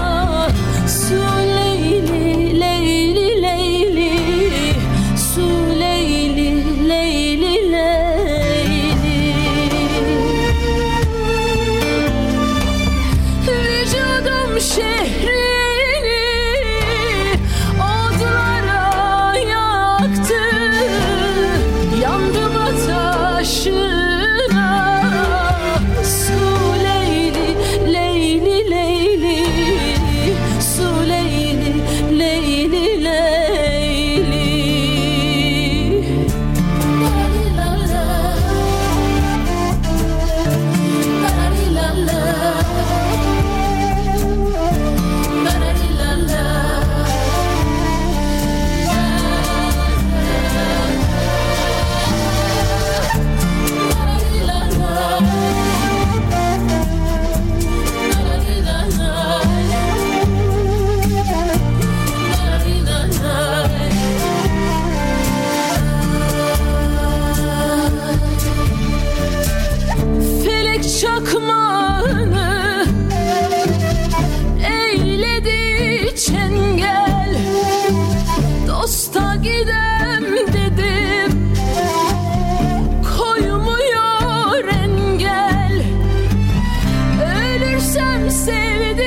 Çakmağını eyledi çengel, dosta gidem dedim, koymuyor engel. Ölürsem sevdim,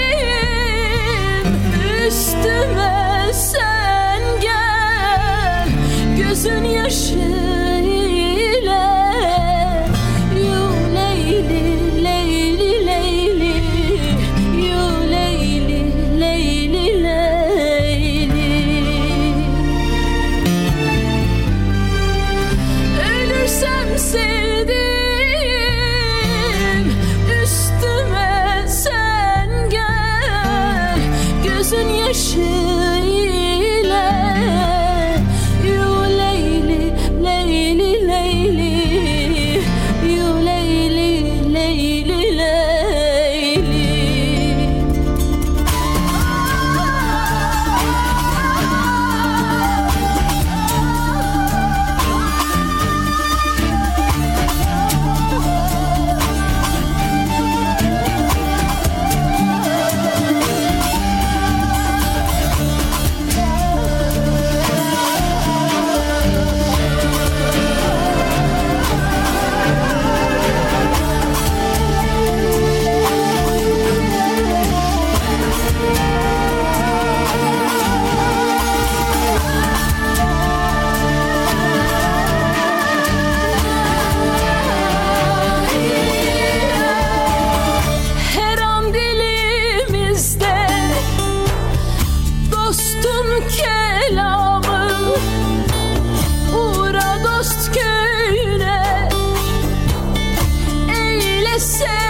üstüme sen gel, gözün yaşı ölürsem gözün yaşı ile. You Leyli, Leyli, Leyli, You Leyli, Leyli, Leyli. Her an dilimizde dostun kelamı, uğra dost köyüne, eyle selam.